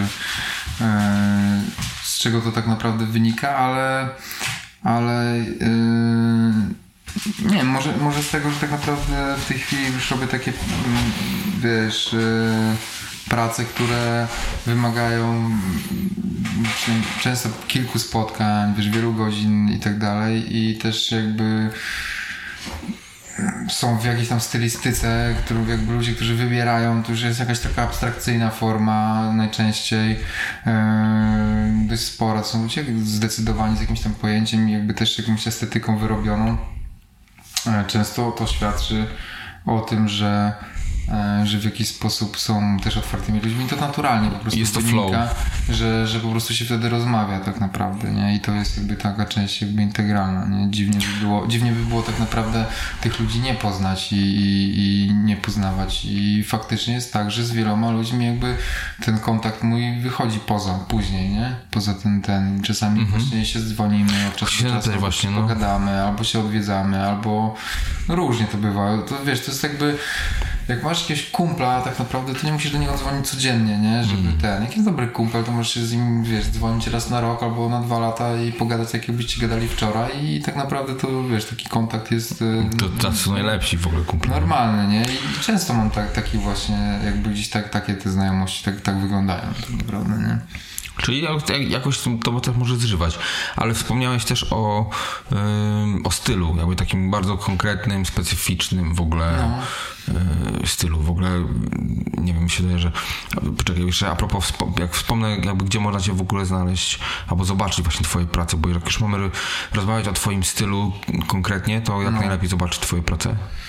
z czego to tak naprawdę wynika, ale nie wiem, może z tego, że tak naprawdę w tej chwili już robię takie, wiesz, prace, które wymagają często kilku spotkań, wiesz, wielu godzin i tak dalej i też jakby są w jakiejś tam stylistyce, którą jakby ludzie, którzy wybierają, to już jest jakaś taka abstrakcyjna forma najczęściej, dość spora. To są ludzie zdecydowani z jakimś tam pojęciem i jakby też jakąś estetyką wyrobioną. Często to świadczy o tym, że w jakiś sposób są też otwartymi ludźmi, to naturalnie po prostu jest to wynika, że po prostu się wtedy rozmawia tak naprawdę, nie? I to jest jakby taka część jakby integralna, nie? Dziwnie by było tak naprawdę tych ludzi nie poznać i nie poznawać i faktycznie jest tak, że z wieloma ludźmi jakby ten kontakt mój wychodzi później, nie? Poza ten czasami właśnie się dzwonimy od czasu do czasu, właśnie, pogadamy, albo się odwiedzamy, albo różnie to bywa. To wiesz, to jest jakby jak masz jakiegoś kumpla, tak naprawdę to nie musisz do niego dzwonić codziennie, nie? Żeby jak jest dobry kumpel, to możesz się z nim, wiesz, dzwonić raz na rok albo na 2 lata i pogadać, jak jakbyście gadali wczoraj i tak naprawdę to, wiesz, taki kontakt jest... To tacy są najlepsi w ogóle kumple. Normalny, nie? I często mam taki właśnie, jakby gdzieś takie te znajomości tak wyglądają tak naprawdę, nie? Czyli jakoś to też może zżywać. Ale wspomniałeś też o stylu, jakby takim bardzo konkretnym, specyficznym w ogóle stylu. W ogóle nie wiem, myślę, że poczekaj jeszcze a propos, jak wspomnę, jakby gdzie można cię w ogóle znaleźć albo zobaczyć właśnie twoje prace, bo jak już mamy rozmawiać o twoim stylu konkretnie, to jak najlepiej zobaczyć twoje prace?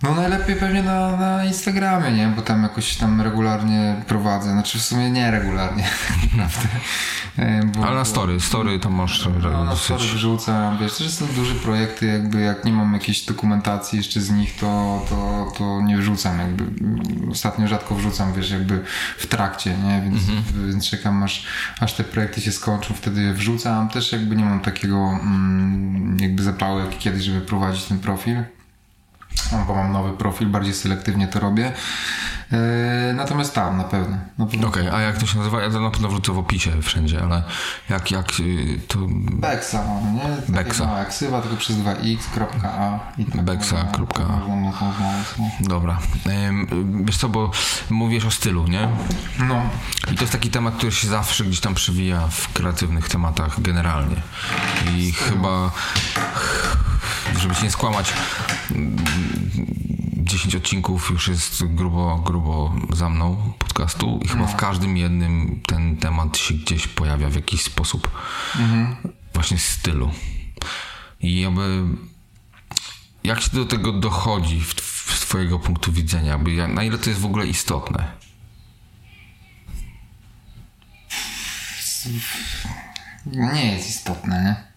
No najlepiej pewnie na Instagramie, nie? Bo tam jakoś tam regularnie prowadzę. Znaczy w sumie nie regularnie. Ale na story tam masz na story wrzucam. Wiesz, to są duże projekty, jakby jak nie mam jakiejś dokumentacji jeszcze z nich, to nie wrzucam. Jakby ostatnio rzadko wrzucam, wiesz, jakby w trakcie, nie? Więc czekam aż te projekty się skończą, wtedy je wrzucam. Też jakby nie mam takiego jakby zapału jak kiedyś, żeby prowadzić ten profil. Bo mam nowy profil, bardziej selektywnie to robię. Natomiast tam na pewno. Okej, a jak to się nazywa? Ja to na pewno wrzucę w opisie wszędzie, ale jak to... Bexa mam, nie? Bexa. Jak ksywa, tylko przez 2x.a i tak. Bexa.a. Dobra. Wiesz co, bo mówisz o stylu, nie? No. I to jest taki temat, który się zawsze gdzieś tam przewija w kreatywnych tematach generalnie. I chyba, żeby cię nie skłamać, 10 odcinków już jest grubo za mną podcastu i chyba w każdym jednym ten temat się gdzieś pojawia w jakiś sposób. Właśnie stylu. I jak się do tego dochodzi z twojego punktu widzenia? Na ile to jest w ogóle istotne? Nie jest istotne, nie?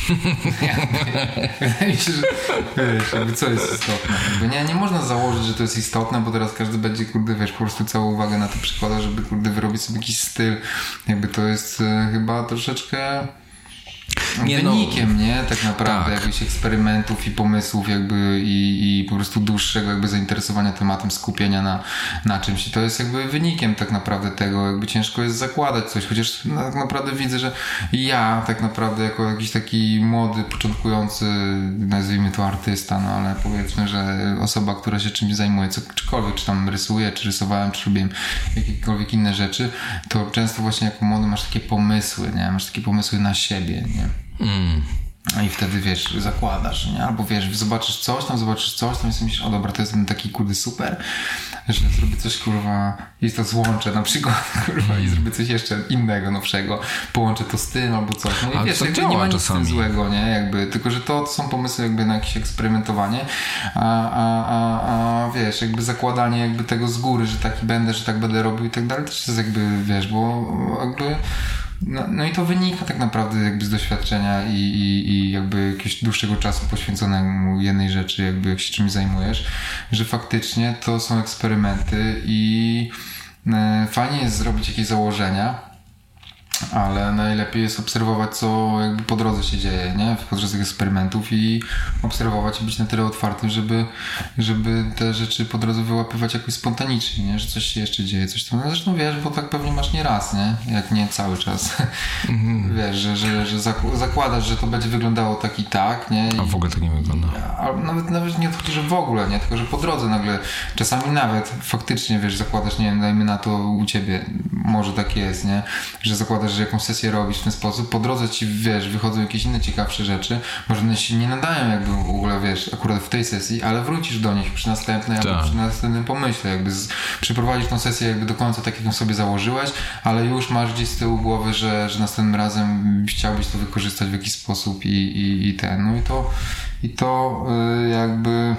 Wydaje mi się, że wiesz, co jest istotne. Nie można założyć, że to jest istotne, bo teraz każdy będzie, wiesz, po prostu całą uwagę na to przykłada, żeby, wyrobić sobie jakiś styl. Jakby to jest chyba troszeczkę wynikiem, nie? Tak naprawdę jakichś eksperymentów i pomysłów jakby i po prostu dłuższego jakby zainteresowania tematem, skupienia na czymś. I to jest jakby wynikiem tak naprawdę tego, jakby ciężko jest zakładać coś, chociaż tak naprawdę widzę, że ja tak naprawdę jako jakiś taki młody, początkujący, nazwijmy to artysta, no ale powiedzmy, że osoba, która się czymś zajmuje, cokolwiek, czy tam rysuję, czy rysowałem, czy robiłem jakiekolwiek inne rzeczy, to często właśnie jako młody masz takie pomysły, nie? Masz takie pomysły na siebie, nie? I wtedy, wiesz, zakładasz, nie? Albo wiesz, zobaczysz coś tam i sobie myślisz, o dobra, to jest ten taki kurde super, że zrobię coś, kurwa, i to złączę na przykład, kurwa, i zrobię coś jeszcze innego, nowszego, połączę to z tym albo coś. No i wiesz, jakby nie ma nic z tym złego, nie? Jakby, tylko, że to są pomysły jakby na jakieś eksperymentowanie, a wiesz, jakby zakładanie jakby tego z góry, że taki będę, że tak będę robił i tak dalej, też jest jakby, wiesz, bo jakby no i to wynika tak naprawdę jakby z doświadczenia i jakby jakiegoś dłuższego czasu poświęconego jednej rzeczy, jakby jak się czymś zajmujesz, że faktycznie to są eksperymenty i fajnie jest zrobić jakieś założenia, ale najlepiej jest obserwować, co jakby po drodze się dzieje, nie? Po drodze tych eksperymentów i obserwować i być na tyle otwartym, żeby te rzeczy po drodze wyłapywać jakoś spontanicznie, nie? Że coś się jeszcze dzieje, coś tam. No zresztą wiesz, bo tak pewnie masz nie raz, nie? Jak nie cały czas. Wiesz, że zakładasz, że to będzie wyglądało tak i tak, nie? A w ogóle tak nie wygląda. Nawet nie to, że w ogóle, nie? Tylko, że po drodze nagle, czasami nawet faktycznie, wiesz, zakładasz, nie wiem, dajmy na to u ciebie, może tak jest, nie? Że zakładasz, że jakąś sesję robisz w ten sposób, po drodze ci, wiesz, wychodzą jakieś inne ciekawsze rzeczy, może one się nie nadają jakby w ogóle, wiesz, akurat w tej sesji, ale wrócisz do nich przy następnej albo przy następnym pomyśle, jakby przeprowadzisz tą sesję jakby do końca tak, jak ją sobie założyłeś, ale już masz gdzieś z tyłu głowy, że następnym razem chciałbyś to wykorzystać w jakiś sposób i ten, no i to jakby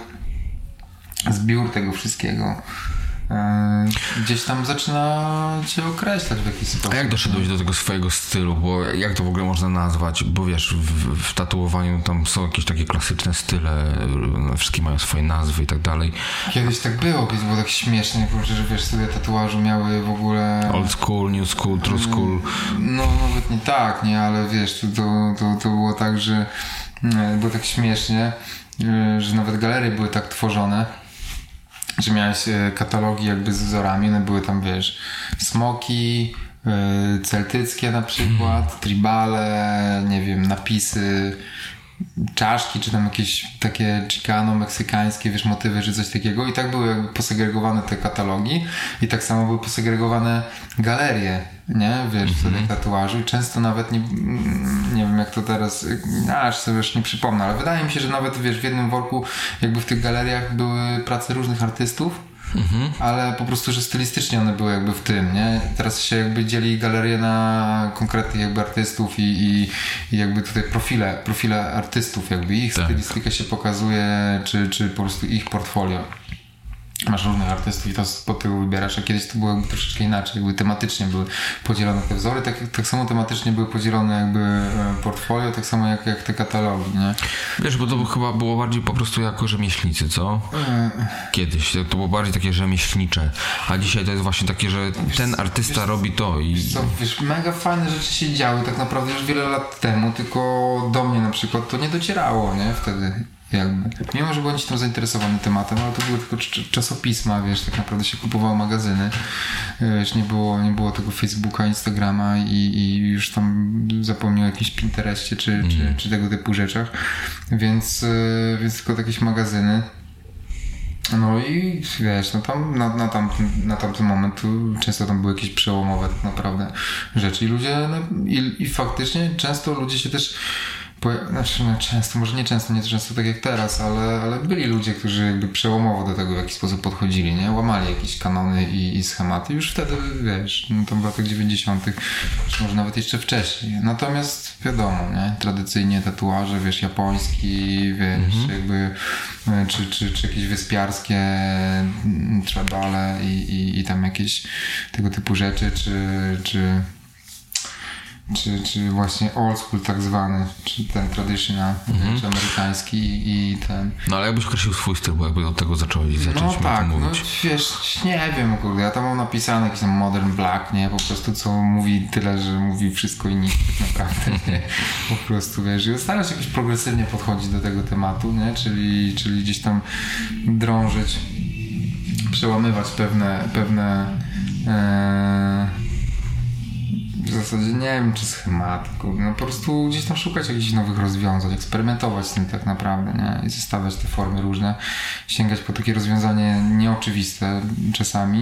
zbiór tego wszystkiego gdzieś tam zaczyna cię określać w jakiś sposób. A jak doszedłeś do tego swojego stylu? Bo jak to w ogóle można nazwać? Bo wiesz, w tatuowaniu tam są jakieś takie klasyczne style, wszystkie mają swoje nazwy i tak dalej. Kiedyś tak było tak śmiesznie, że wiesz, sobie tatuaże miały w ogóle... Old school, new school, true school. No nawet nie tak, nie, ale wiesz, to było tak, że było tak śmiesznie, że nawet galerie były tak tworzone, że miałeś katalogi jakby z wzorami, one były tam, wiesz, smoki, celtyckie na przykład, tribale, nie wiem, napisy, czaszki, czy tam jakieś takie chicano meksykańskie, wiesz, motywy, czy coś takiego i tak były jakby posegregowane te katalogi i tak samo były posegregowane galerie, nie? Wiesz, w tych tatuażu i często nawet nie wiem jak to teraz, aż sobie już nie przypomnę, ale wydaje mi się, że nawet, wiesz, w jednym worku jakby w tych galeriach były prace różnych artystów ale po prostu, że stylistycznie one były jakby w tym, nie? Teraz się jakby dzieli galerię na konkretnych jakby artystów i jakby tutaj profile artystów, jakby ich stylistykę się pokazuje, czy po prostu ich portfolio. Masz różnych artystów i to pod tego wybierasz, a kiedyś to było jakby troszeczkę inaczej, jakby tematycznie były podzielone te wzory, tak samo tematycznie były podzielone jakby portfolio, tak samo jak te katalogi, nie? Wiesz, bo to chyba było bardziej po prostu jako rzemieślnicy, co? Kiedyś to było bardziej takie rzemieślnicze, a dzisiaj to jest właśnie takie, że ten artysta robi to i... Wiesz, mega fajne rzeczy się działy tak naprawdę już wiele lat temu, tylko do mnie na przykład to nie docierało, nie? Wtedy. Jakby. Mimo, że byłem tam zainteresowany tematem, ale to były tylko czasopisma, wiesz, tak naprawdę się kupowało magazyny, wiesz, nie było tego Facebooka, Instagrama i już tam zapomniał o jakimś Pinterestie czy tego typu rzeczach, więc tylko jakieś magazyny. No i wiesz, no tam na tamten moment często tam były jakieś przełomowe tak naprawdę rzeczy i ludzie, i faktycznie często ludzie się też często, może nie często tak jak teraz, ale byli ludzie, którzy jakby przełomowo do tego w jakiś sposób podchodzili, nie? Łamali jakieś kanony i schematy. Już wtedy, wiesz, no to w latach 90., czy może nawet jeszcze wcześniej. Natomiast wiadomo, nie? Tradycyjnie tatuaże, wiesz, japoński, wiesz, jakby czy jakieś wyspiarskie tribale i tam jakieś tego typu rzeczy, czy właśnie old school tak zwany, czy ten traditional, czy amerykański i ten... No ale jakbyś określił swój styl, bo jakby od tego zacząłeś mówić. No wiesz, nie wiem, kurde, ja tam mam napisane jakiś tam modern black, nie, po prostu co mówi tyle, że mówi wszystko i nic tak naprawdę, nie, po prostu, wiesz, i staram się jakoś progresywnie podchodzić do tego tematu, nie, czyli gdzieś tam drążyć, przełamywać pewne w zasadzie nie wiem, czy schematy, no po prostu gdzieś tam szukać jakichś nowych rozwiązań, eksperymentować z tym tak naprawdę, nie? I zestawiać te formy różne, sięgać po takie rozwiązanie nieoczywiste czasami.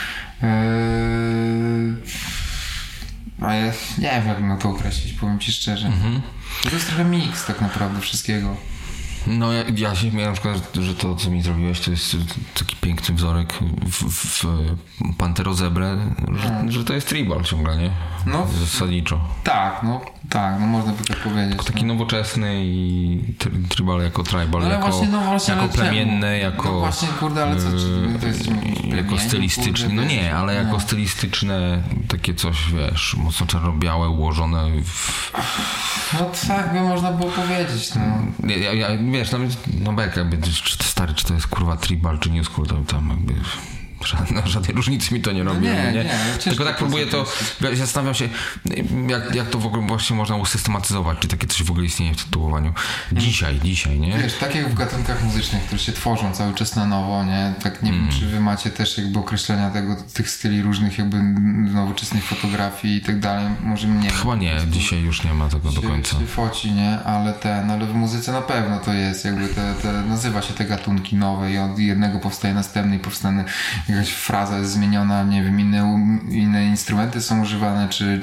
A ja nie wiem, jak to określić, powiem ci szczerze. To jest trochę miks tak naprawdę wszystkiego. No ja się śmieję na przykład, że to co mi zrobiłeś to jest taki piękny wzorek w Panterozebrę, że to jest tribal ciągle, nie? No zasadniczo. Tak, no można by tak powiedzieć. Taki nowoczesny i tribal jako tribal, jako plemienny, jako... No właśnie, kurde, ale co, czy to jest jako stylistyczny, kurde, no nie, ale jako stylistyczne takie coś, wiesz, mocno czarno-białe ułożone w... No tak by można było powiedzieć, no. Wiesz, no beka jakby, czy to jest kurwa tribal, czy new school, tam jakby żadnej różnicy mi to nie robi. Nie. Tylko tak próbuję to, ja zastanawiam się, jak to w ogóle właśnie można usystematyzować, czy takie coś w ogóle istnieje w tytułowaniu. Dzisiaj, nie? Wiesz, tak jak w gatunkach muzycznych, które się tworzą cały czas na nowo, nie? Tak nie wiem, czy wy macie też jakby określenia tych styli różnych jakby nowoczesnych fotografii i tak dalej, może mniej. Chyba nie, dzisiaj już nie ma tego do końca. Się foci, nie? Ale w muzyce na pewno to jest jakby nazywa się te gatunki nowe i od jednego powstaje następny i powstanie jakaś fraza jest zmieniona, nie wiem, inne instrumenty są używane, czy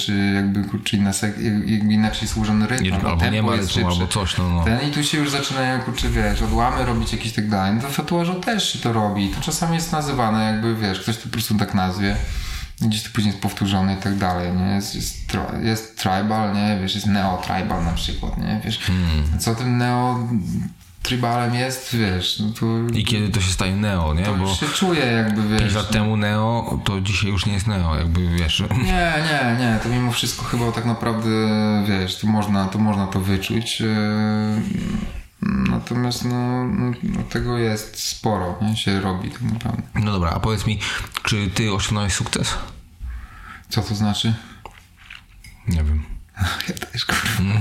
inaczej złożony rytm, albo nie ma rytmu, albo coś, no. I tu się już zaczynają, wiesz, odłamy robić jakieś tak dalej. No to w tatuażu też się to robi. To czasami jest nazywane jakby, wiesz, ktoś to po prostu tak nazwie. Gdzieś to później jest powtórzone i tak dalej, nie? Jest tribal, nie? Wiesz, jest neo-tribal na przykład, nie? Wiesz, co tym tribalem jest, wiesz, no to... I kiedy to się staje neo, nie? To bo się czuje jakby, wiesz... 5 lat temu neo, to dzisiaj już nie jest neo, jakby, wiesz... Nie, to mimo wszystko chyba tak naprawdę, wiesz, to można to wyczuć. Natomiast tego jest sporo, nie? Się robi tak naprawdę. No dobra, a powiedz mi, czy ty osiągnąłeś sukces? Co to znaczy? Nie wiem. Ja też, kurwa.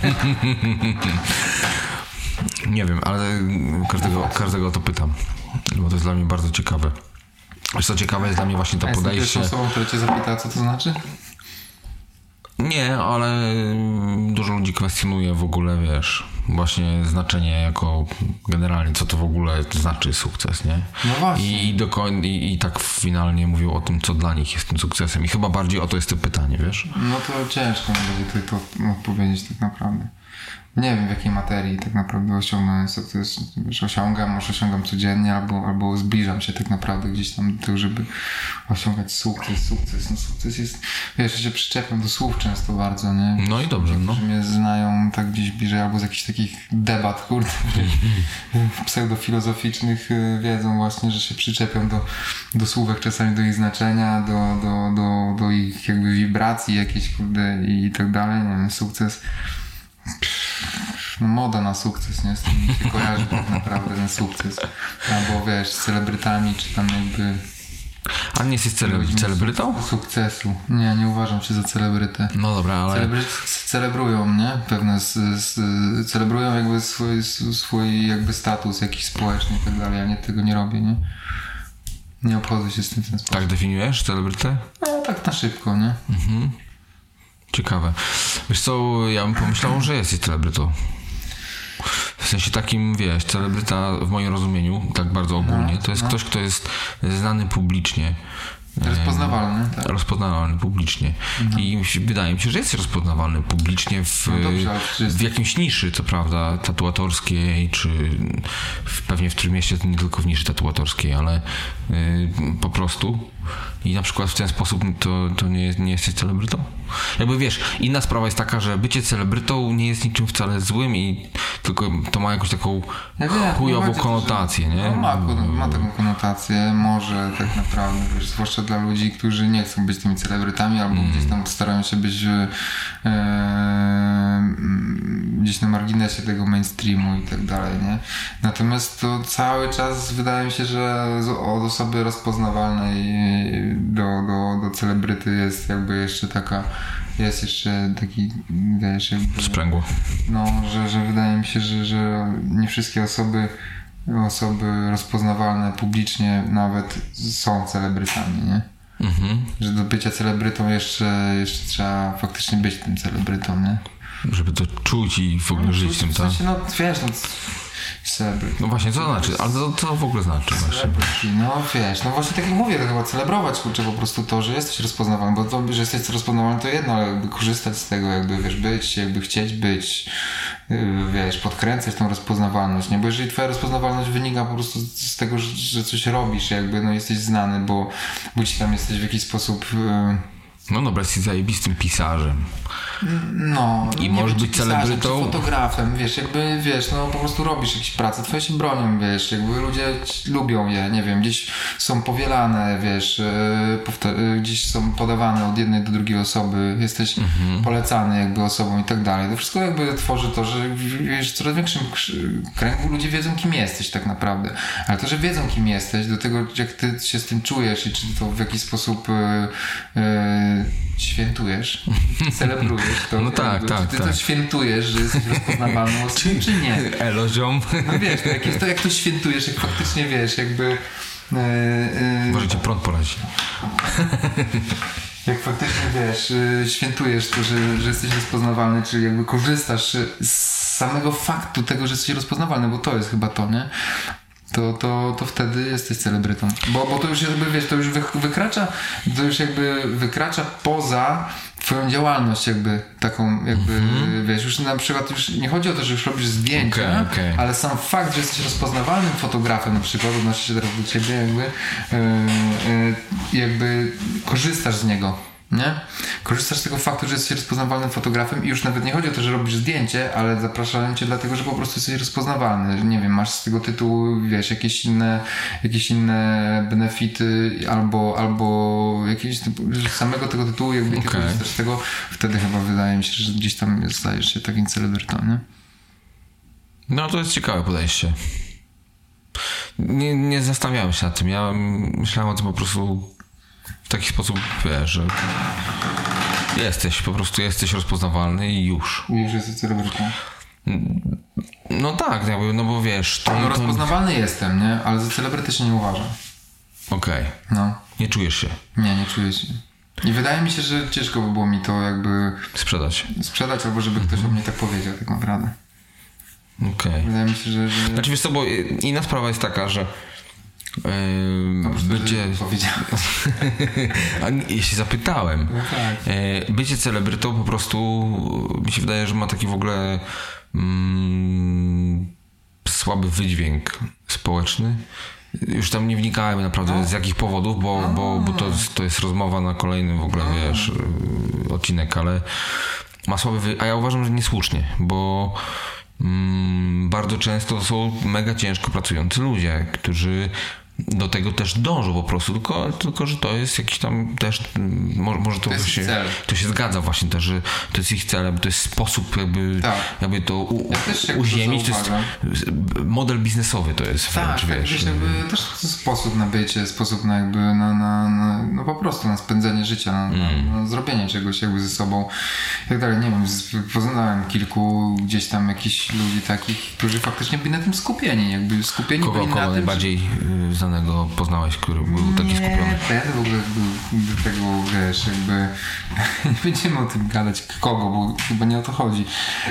Nie wiem, ale każdego to pytam, bo to jest dla mnie bardzo ciekawe. Wiesz co ciekawe jest dla mnie właśnie to podejście... A jestem pierwszą osobą, która cię zapyta, co to znaczy? Nie, ale dużo ludzi kwestionuje w ogóle, wiesz, właśnie znaczenie jako generalnie, co to w ogóle znaczy sukces, nie? No właśnie. I tak finalnie mówią o tym, co dla nich jest tym sukcesem. I chyba bardziej o to jest to pytanie, wiesz? No to ciężko mi będzie tutaj to odpowiedzieć tak naprawdę. nie wiem w jakiej materii tak naprawdę osiągnąłem sukces. Wiesz, może osiągam codziennie, albo zbliżam się tak naprawdę gdzieś tam do tego, żeby osiągać sukces. No sukces jest, wiesz, ja się przyczepiam do słów często bardzo, nie? No i dobrze, no. Którzy mnie znają tak gdzieś bliżej, albo z jakichś takich debat, kurde, pseudofilozoficznych wiedzą właśnie, że się przyczepiam do słówek, czasami do ich znaczenia, do ich jakby wibracji jakieś, kurde, i tak dalej, nie wiem, sukces. No moda na sukces, nie? Z tym mi się kojarzy tak naprawdę ten sukces. Albo wiesz, z celebrytami, czy tam jakby... A nie jesteś celebrytą? Sukcesu. Nie uważam się za celebrytę. No dobra, ale... Celebryci celebrują, nie? Pewne celebrują jakby swój jakby status jakiś społeczny i tak dalej. Ja tego nie robię, nie? Nie obchodzę się z tym w ten sposób. Tak definiujesz celebrytę? No tak na szybko, nie? Mhm. Ciekawe. Wiesz co, ja bym pomyślał, że jesteś celebrytą. W sensie takim, wiesz, celebryta w moim rozumieniu, tak bardzo ogólnie, to jest ktoś, kto jest znany publicznie. Rozpoznawalny, tak. Rozpoznawalny publicznie. I wydaje mi się, że jest rozpoznawalny publicznie w jakimś niszy, co prawda, tatuatorskiej, czy pewnie w którym mieście, nie tylko w niszy tatuatorskiej, ale po prostu. I na przykład w ten sposób to nie jesteś celebrytą? Jakby wiesz, inna sprawa jest taka, że bycie celebrytą nie jest niczym wcale złym i tylko to ma jakąś taką chujową konotację, nie? No, ma taką konotację, może tak naprawdę, wiesz, zwłaszcza dla ludzi, którzy nie chcą być tymi celebrytami albo gdzieś tam starają się być gdzieś na marginesie tego mainstreamu i tak dalej, nie? Natomiast to cały czas wydaje mi się, że od osoby rozpoznawalnej do celebryty jest jakby jeszcze taki, wiesz, jakby... Sprzęgło. No, że wydaje mi się, że nie wszystkie osoby rozpoznawalne publicznie nawet są celebrytami, nie? Mhm. Że do bycia celebrytą jeszcze trzeba faktycznie być tym celebrytą, nie? Żeby to czuć i w ogóle żyć tym, tak? W sensie, no wiesz, celebryty. No właśnie, co to znaczy? Ale co w ogóle znaczy właśnie? No wiesz, no właśnie tak jak mówię, to chyba celebrować, kurczę, po prostu to, że jesteś rozpoznawalny, bo to, że jesteś rozpoznawalny to jedno, ale jakby korzystać z tego, jakby wiesz, być, jakby chcieć być, wiesz, podkręcać tą rozpoznawalność, nie? Bo jeżeli twoja rozpoznawalność wynika po prostu z tego, że coś robisz, jakby, no jesteś znany, bo ci tam jesteś w jakiś sposób... No dobra, jesteś zajebistym pisarzem. No. I możesz być celebrytą. Fotografem, wiesz, jakby, wiesz, no po prostu robisz jakieś prace, twoje się bronią, wiesz, jakby ludzie lubią je, nie wiem, gdzieś są powielane, wiesz, gdzieś są podawane od jednej do drugiej osoby, jesteś polecany jakby osobą i tak dalej. To wszystko jakby tworzy to, że wiesz, w coraz większym kręgu ludzie wiedzą, kim jesteś tak naprawdę. Ale to, że wiedzą, kim jesteś, do tego, jak ty się z tym czujesz i czy to w jakiś sposób świętujesz, celebrujesz to. No tak, jakby, tak. Czy ty to świętujesz, że jesteś rozpoznawalną osobą, czy nie? Eloziom. No wiesz, no jak to świętujesz, jak faktycznie wiesz, jakby... Może cię prąd porazi. Jak faktycznie wiesz, świętujesz to, że jesteś rozpoznawalny, czyli jakby korzystasz z samego faktu tego, że jesteś rozpoznawalny, bo to jest chyba to, nie? To wtedy jesteś celebrytą. Bo to już jakby, wiesz, to już wykracza poza twoją działalność jakby jakby, wiesz, już na przykład już nie chodzi o to, że już robisz zdjęcia, ale sam fakt, że jesteś rozpoznawalnym fotografem na przykład, odnosi się teraz do ciebie, jakby korzystasz z niego. Nie? Korzystasz z tego faktu, że jesteś rozpoznawalnym fotografem i już nawet nie chodzi o to, że robisz zdjęcie, ale zapraszają cię dlatego, że po prostu jesteś rozpoznawalny. Nie wiem, masz z tego tytułu, wiesz, jakieś inne benefity albo jakieś z samego tego tytułu jakby ty korzystasz z tego, wtedy chyba wydaje mi się, że gdzieś tam stajesz się takim celebrytą, nie? No to jest ciekawe podejście. Nie zastanawiałem się nad tym. Ja myślałem o tym po prostu w taki sposób, wiesz, że jesteś rozpoznawalny i już. I już jesteś celebrytą. No tak, jakby, no bo wiesz... rozpoznawalny jestem, nie? Ale za celebrytę się nie uważam. Okej. No. Nie czujesz się? Nie czuję się. I wydaje mi się, że ciężko by było mi to jakby... Sprzedać, albo żeby ktoś o mnie tak powiedział tak naprawdę. Okej. Wydaje mi się, że... Znaczy wiesz co, bo inna sprawa jest taka, że jeśli zapytałem, no tak. Bycie celebrytą po prostu mi się wydaje, że ma taki w ogóle słaby wydźwięk społeczny. Już tam nie wnikałem naprawdę z jakich powodów, bo to jest rozmowa na kolejny w ogóle, wiesz, odcinek, ale ma słaby a ja uważam, że niesłusznie, bo bardzo często to są mega ciężko pracujący ludzie, którzy do tego też dążą po prostu, tylko że to jest jakiś tam też, może to się zgadza właśnie też, że to jest ich cel, jakby to jest sposób jakby to uziemić, to jest model biznesowy to jest wręcz, wiesz. Jakby też sposób na bycie, sposób na jakby no po prostu na spędzenie życia, na zrobienie czegoś jakby ze sobą i tak dalej. Nie wiem, poznałem kilku gdzieś tam jakichś ludzi takich, którzy faktycznie byli na tym skupieni, jakby skupieni byli na tym, najbardziej znanego poznałeś, który był taki skupiony? Ten w ogóle był do tego, wiesz, jakby nie będziemy o tym gadać kogo, bo chyba nie o to chodzi.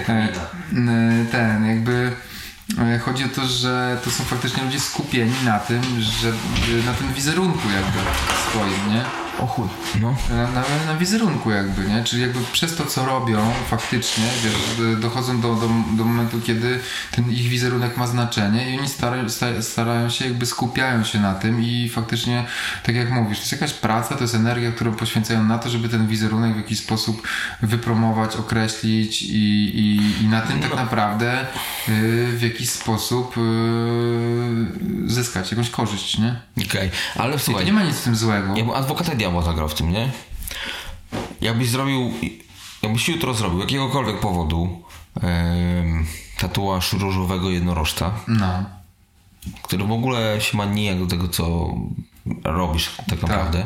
Chodzi o to, że to są faktycznie ludzie skupieni na tym, że na tym wizerunku jakby swoim, nie? O chuj, no. Na wizerunku jakby, nie? Czyli jakby przez to, co robią faktycznie, wiesz, dochodzą do momentu, kiedy ten ich wizerunek ma znaczenie i oni starają się, jakby skupiają się na tym i faktycznie, tak jak mówisz, to jest jakaś praca, to jest energia, którą poświęcają na to, żeby ten wizerunek w jakiś sposób wypromować, określić i na tym tak naprawdę w jakiś sposób zyskać jakąś korzyść, nie? Okej, ale słuchaj, nie ma nic w tym złego. Ja bym adwokata diabła zagrał w tym, nie? Jakbyś jutro zrobił jakiegokolwiek powodu tatuaż różowego jednorożca, który w ogóle się ma nijak do tego, co robisz tak naprawdę,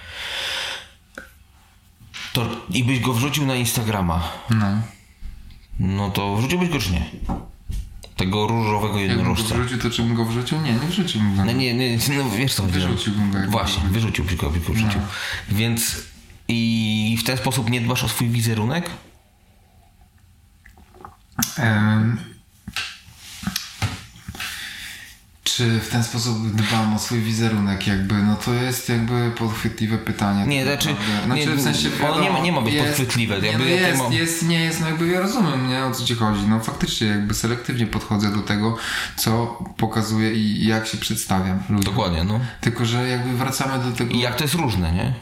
to i byś go wrzucił na Instagrama, no to wrzuciłbyś go czy nie? Tego różowego jednorożca. Jakbym go wrzucił, to czy bym go wrzucił? Nie wrzuciłbym go. No wiesz co wyrzuciłbym go. Właśnie, wyrzuciłbyś go. Więc i w ten sposób nie dbasz o swój wizerunek? Czy w ten sposób dbam o swój wizerunek jakby, no to jest jakby podchwytliwe pytanie. Nie, w sensie wiadomo, nie ma być podchwytliwe. Jest, no jakby ja rozumiem, nie, o co ci chodzi. No faktycznie jakby selektywnie podchodzę do tego, co pokazuję i jak się przedstawiam ludziom. Dokładnie, no. Tylko, że jakby wracamy do tego... I jak to jest różne, nie?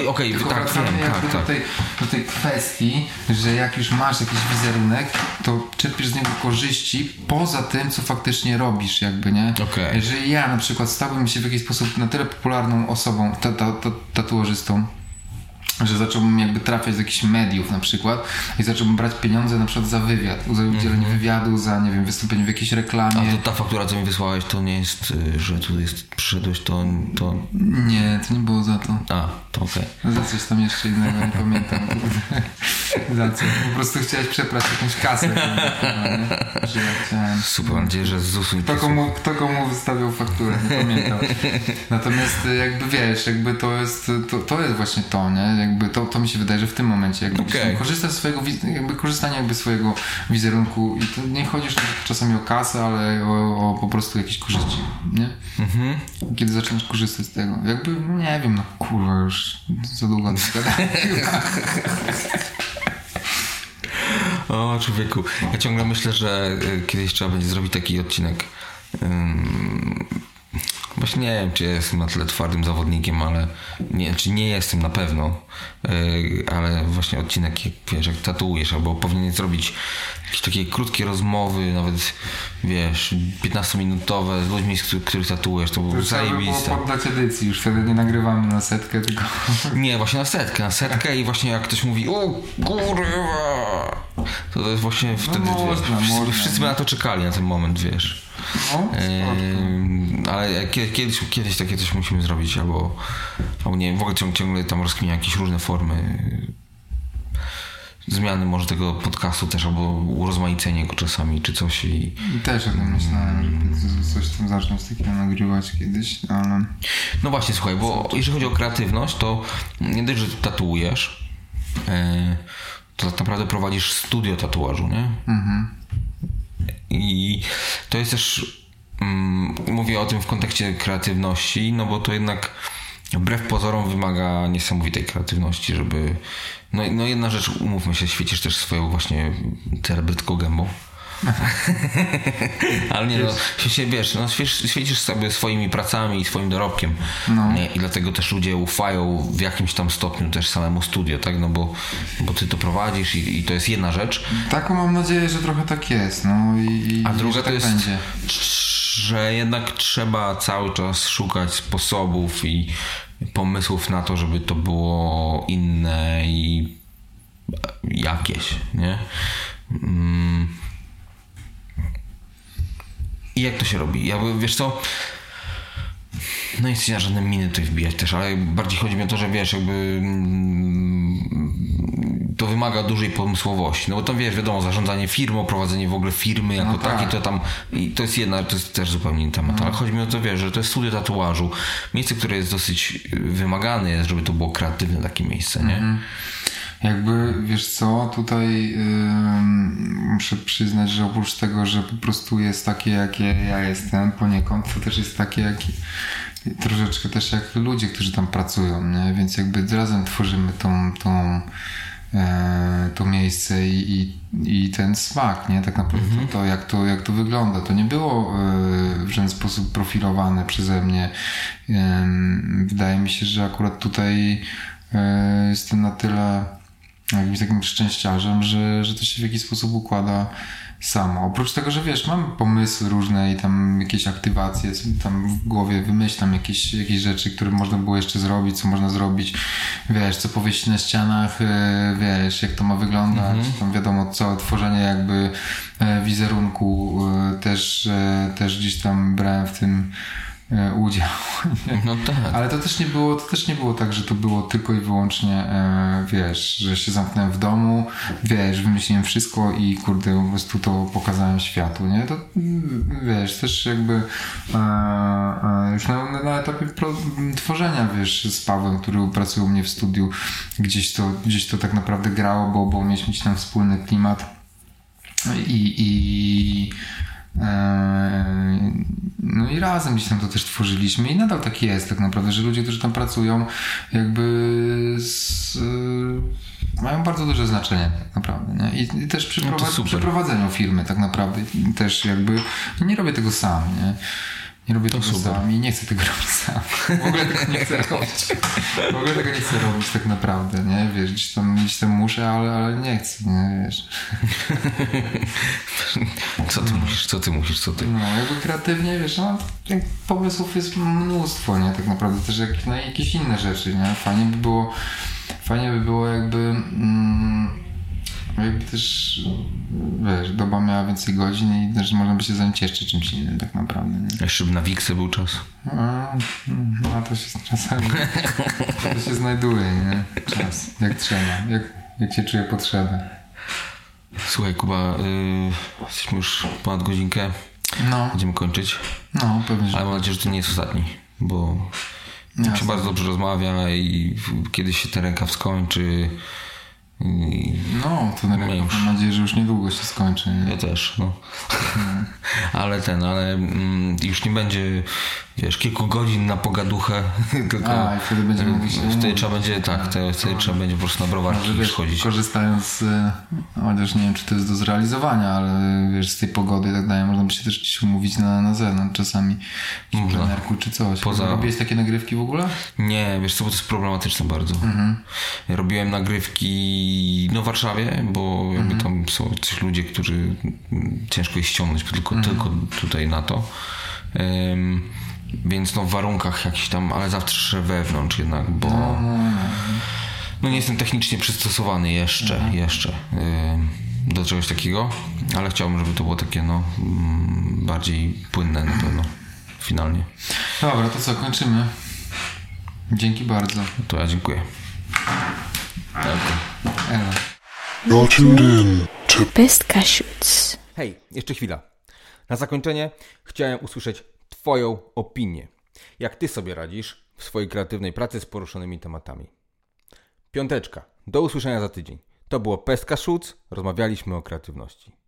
Do tej kwestii, że jak już masz jakiś wizerunek, to czerpiesz z niego korzyści poza tym, co faktycznie robisz jakby, nie? Okay. Jeżeli ja na przykład stałbym się w jakiś sposób na tyle popularną osobą, tatuażystą, że zacząłbym jakby trafiać do jakichś mediów na przykład i zacząłbym brać pieniądze na przykład za wywiad, za udzielenie wywiadu, za, nie wiem, wystąpienie w jakiejś reklamie. A to ta faktura, co mi wysłałeś, to nie jest, że tu przyszedłeś, to... Nie, to nie było za to. A, to okej. Za coś tam jeszcze innego, nie pamiętam. Za co? Po prostu chciałeś przeprać jakąś kasę. Że ja chciałem... Super, mam nadzieję, że z ZUS-u nie Kto komu wystawiał fakturę, nie pamiętam. Natomiast jakby wiesz, jakby to jest właśnie to, nie? Jakby to mi się wydaje, że w tym momencie jakby korzystasz swojego, jakby korzystanie jakby swojego wizerunku i to nie chodzi już czasami o kasę, ale o po prostu jakieś korzyści, nie? Kiedy zaczynasz korzystać z tego, jakby, nie wiem, no kurwa, już za długo to gadałem. O człowieku, ja ciągle myślę, że kiedyś trzeba będzie zrobić taki odcinek. Właśnie nie wiem, czy jestem na tyle twardym zawodnikiem, ale nie jestem na pewno, ale właśnie odcinek, jak tatuujesz, albo powinien zrobić jakieś takie krótkie rozmowy, nawet 15-minutowe z ludźmi, których tatuujesz, to było zajebiste. To trzeba było poddać edycji, już wtedy nie nagrywamy na setkę, tylko... Nie, właśnie na setkę i właśnie jak ktoś mówi o kurwa, to jest właśnie wtedy, wszyscy by na to czekali, na ten moment, wiesz. Ale kiedyś takie coś musimy zrobić, albo nie wiem, w ogóle ciągle tam rozkminiam jakieś różne formy zmiany może tego podcastu też, albo urozmaicenie go czasami, czy coś i... Też o tym myślałem, że coś tam zacznę z takiego nagrywać kiedyś, ale... No właśnie, słuchaj, bo jeżeli chodzi o kreatywność, to nie dość, że tatuujesz, to tak naprawdę prowadzisz studio tatuażu, nie? I to jest też, mówię o tym w kontekście kreatywności, no bo to jednak wbrew pozorom wymaga niesamowitej kreatywności, żeby... No jedna rzecz, umówmy się, świecisz też swoją właśnie cerebrytką gębą. Ale nie, wiesz, świecisz sobie swoimi pracami i swoim dorobkiem. Nie? I dlatego też ludzie ufają w jakimś tam stopniu też samemu studio, tak? No bo ty to prowadzisz i to jest jedna rzecz. Taką mam nadzieję, że trochę tak jest. No a druga to tak jest, będzie. że jednak trzeba cały czas szukać sposobów i pomysłów na to, żeby to było inne i jakieś, nie? I jak to się robi? Wiesz co, no nie chcę na żadne miny tutaj wbijać też, ale bardziej chodzi mi o to, że wiesz, jakby to wymaga dużej pomysłowości, no bo tam wiesz, wiadomo, zarządzanie firmą, prowadzenie w ogóle firmy jako takie, to tam, i to jest to jest też zupełnie inny temat, ale chodzi mi o to, wiesz, że to jest studio tatuażu, miejsce, które jest dosyć wymagane jest, żeby to było kreatywne takie miejsce, nie? Jakby, wiesz co, tutaj muszę przyznać, że oprócz tego, że po prostu jest takie, jakie ja jestem poniekąd, to też jest takie, troszeczkę też jak ludzie, którzy tam pracują, nie? Więc jakby razem tworzymy to miejsce i ten smak, nie? Tak naprawdę to jak to wygląda. To nie było w żaden sposób profilowane przeze mnie. Wydaje mi się, że akurat tutaj jestem na tyle jakimś takim szczęściarzem, że to się w jakiś sposób układa samo. Oprócz tego, że wiesz, mam pomysły różne i tam jakieś aktywacje, tam w głowie wymyślam jakieś rzeczy, które można było jeszcze zrobić, co można zrobić, wiesz, co powiesić na ścianach, wiesz, jak to ma wyglądać, tam wiadomo, całe tworzenie jakby wizerunku też gdzieś tam brałem w tym udział. No tak. Ale to też nie było tak, że to było tylko i wyłącznie wiesz, że się zamknąłem w domu, wiesz, wymyśliłem wszystko i kurde, po prostu to pokazałem światu, nie? To wiesz, też jakby już na etapie tworzenia, wiesz, z Pawłem, który pracuje u mnie w studiu, gdzieś to tak naprawdę grało, bo mieliśmy tam wspólny klimat no i razem gdzieś tam to też tworzyliśmy i nadal tak jest tak naprawdę, że ludzie, którzy tam pracują jakby mają bardzo duże znaczenie tak naprawdę, nie? I też przy prowadzeniu firmy tak naprawdę też jakby nie robię tego sam, nie? Nie robię tego sam i nie chcę tego robić sam. W ogóle tego nie chcę robić. W ogóle tego nie chcę robić tak naprawdę, nie? Wiesz, gdzieś tam muszę, ale nie chcę, nie? Wiesz. Co ty musisz? No, jakby kreatywnie, wiesz, no, pomysłów jest mnóstwo, nie? Tak naprawdę też jakieś inne rzeczy, nie? Fajnie by było jakby też, wiesz, doba miała więcej godzin i też można by się zająć jeszcze czymś innym tak naprawdę, nie? Jeszcze by na Wiksy był czas. A to się czasami to się znajduje, nie? Czas, jak trzeba, jak się czuje potrzebę. Słuchaj, Kuba, jesteśmy już ponad godzinkę. No. Będziemy kończyć. No, pewnie, że... Ale mam nadzieję, że to nie jest ostatni, bo tak się bardzo dobrze rozmawia i kiedyś się ten rękaw skończy. No, ten rękaw mam nadzieję, że już niedługo się skończy. Nie? Ja też, no. Ale już nie będzie, wiesz, kilku godzin na pogaduchę, tylko i wtedy będziemy mówić. Wtedy trzeba będzie, wtedy trzeba będzie po prostu na browarki schodzić. Korzystając, chociaż nie wiem, czy to jest do zrealizowania, ale wiesz, z tej pogody i tak dalej, można by się też gdzieś umówić na zewnątrz czasami, w plenerku czy coś. Robiłeś takie nagrywki w ogóle? Nie, wiesz co, bo to jest problematyczne bardzo. Ja robiłem nagrywki w Warszawie, bo jakby tam są coś ludzie, którzy ciężko jest ściągnąć tylko tutaj na to. Więc w warunkach jakichś tam, ale zawsze wewnątrz jednak, bo nie jestem technicznie przystosowany jeszcze do czegoś takiego, ale chciałbym, żeby to było takie bardziej płynne na pewno finalnie. Dobra, to co, kończymy. Dzięki bardzo. To ja dziękuję. You're tuned in to Pestka Shoots. Hej, jeszcze chwila. Na zakończenie chciałem usłyszeć Twoją opinię. Jak Ty sobie radzisz w swojej kreatywnej pracy z poruszonymi tematami? 5. Do usłyszenia za tydzień. To było Pestka Shoots. Rozmawialiśmy o kreatywności.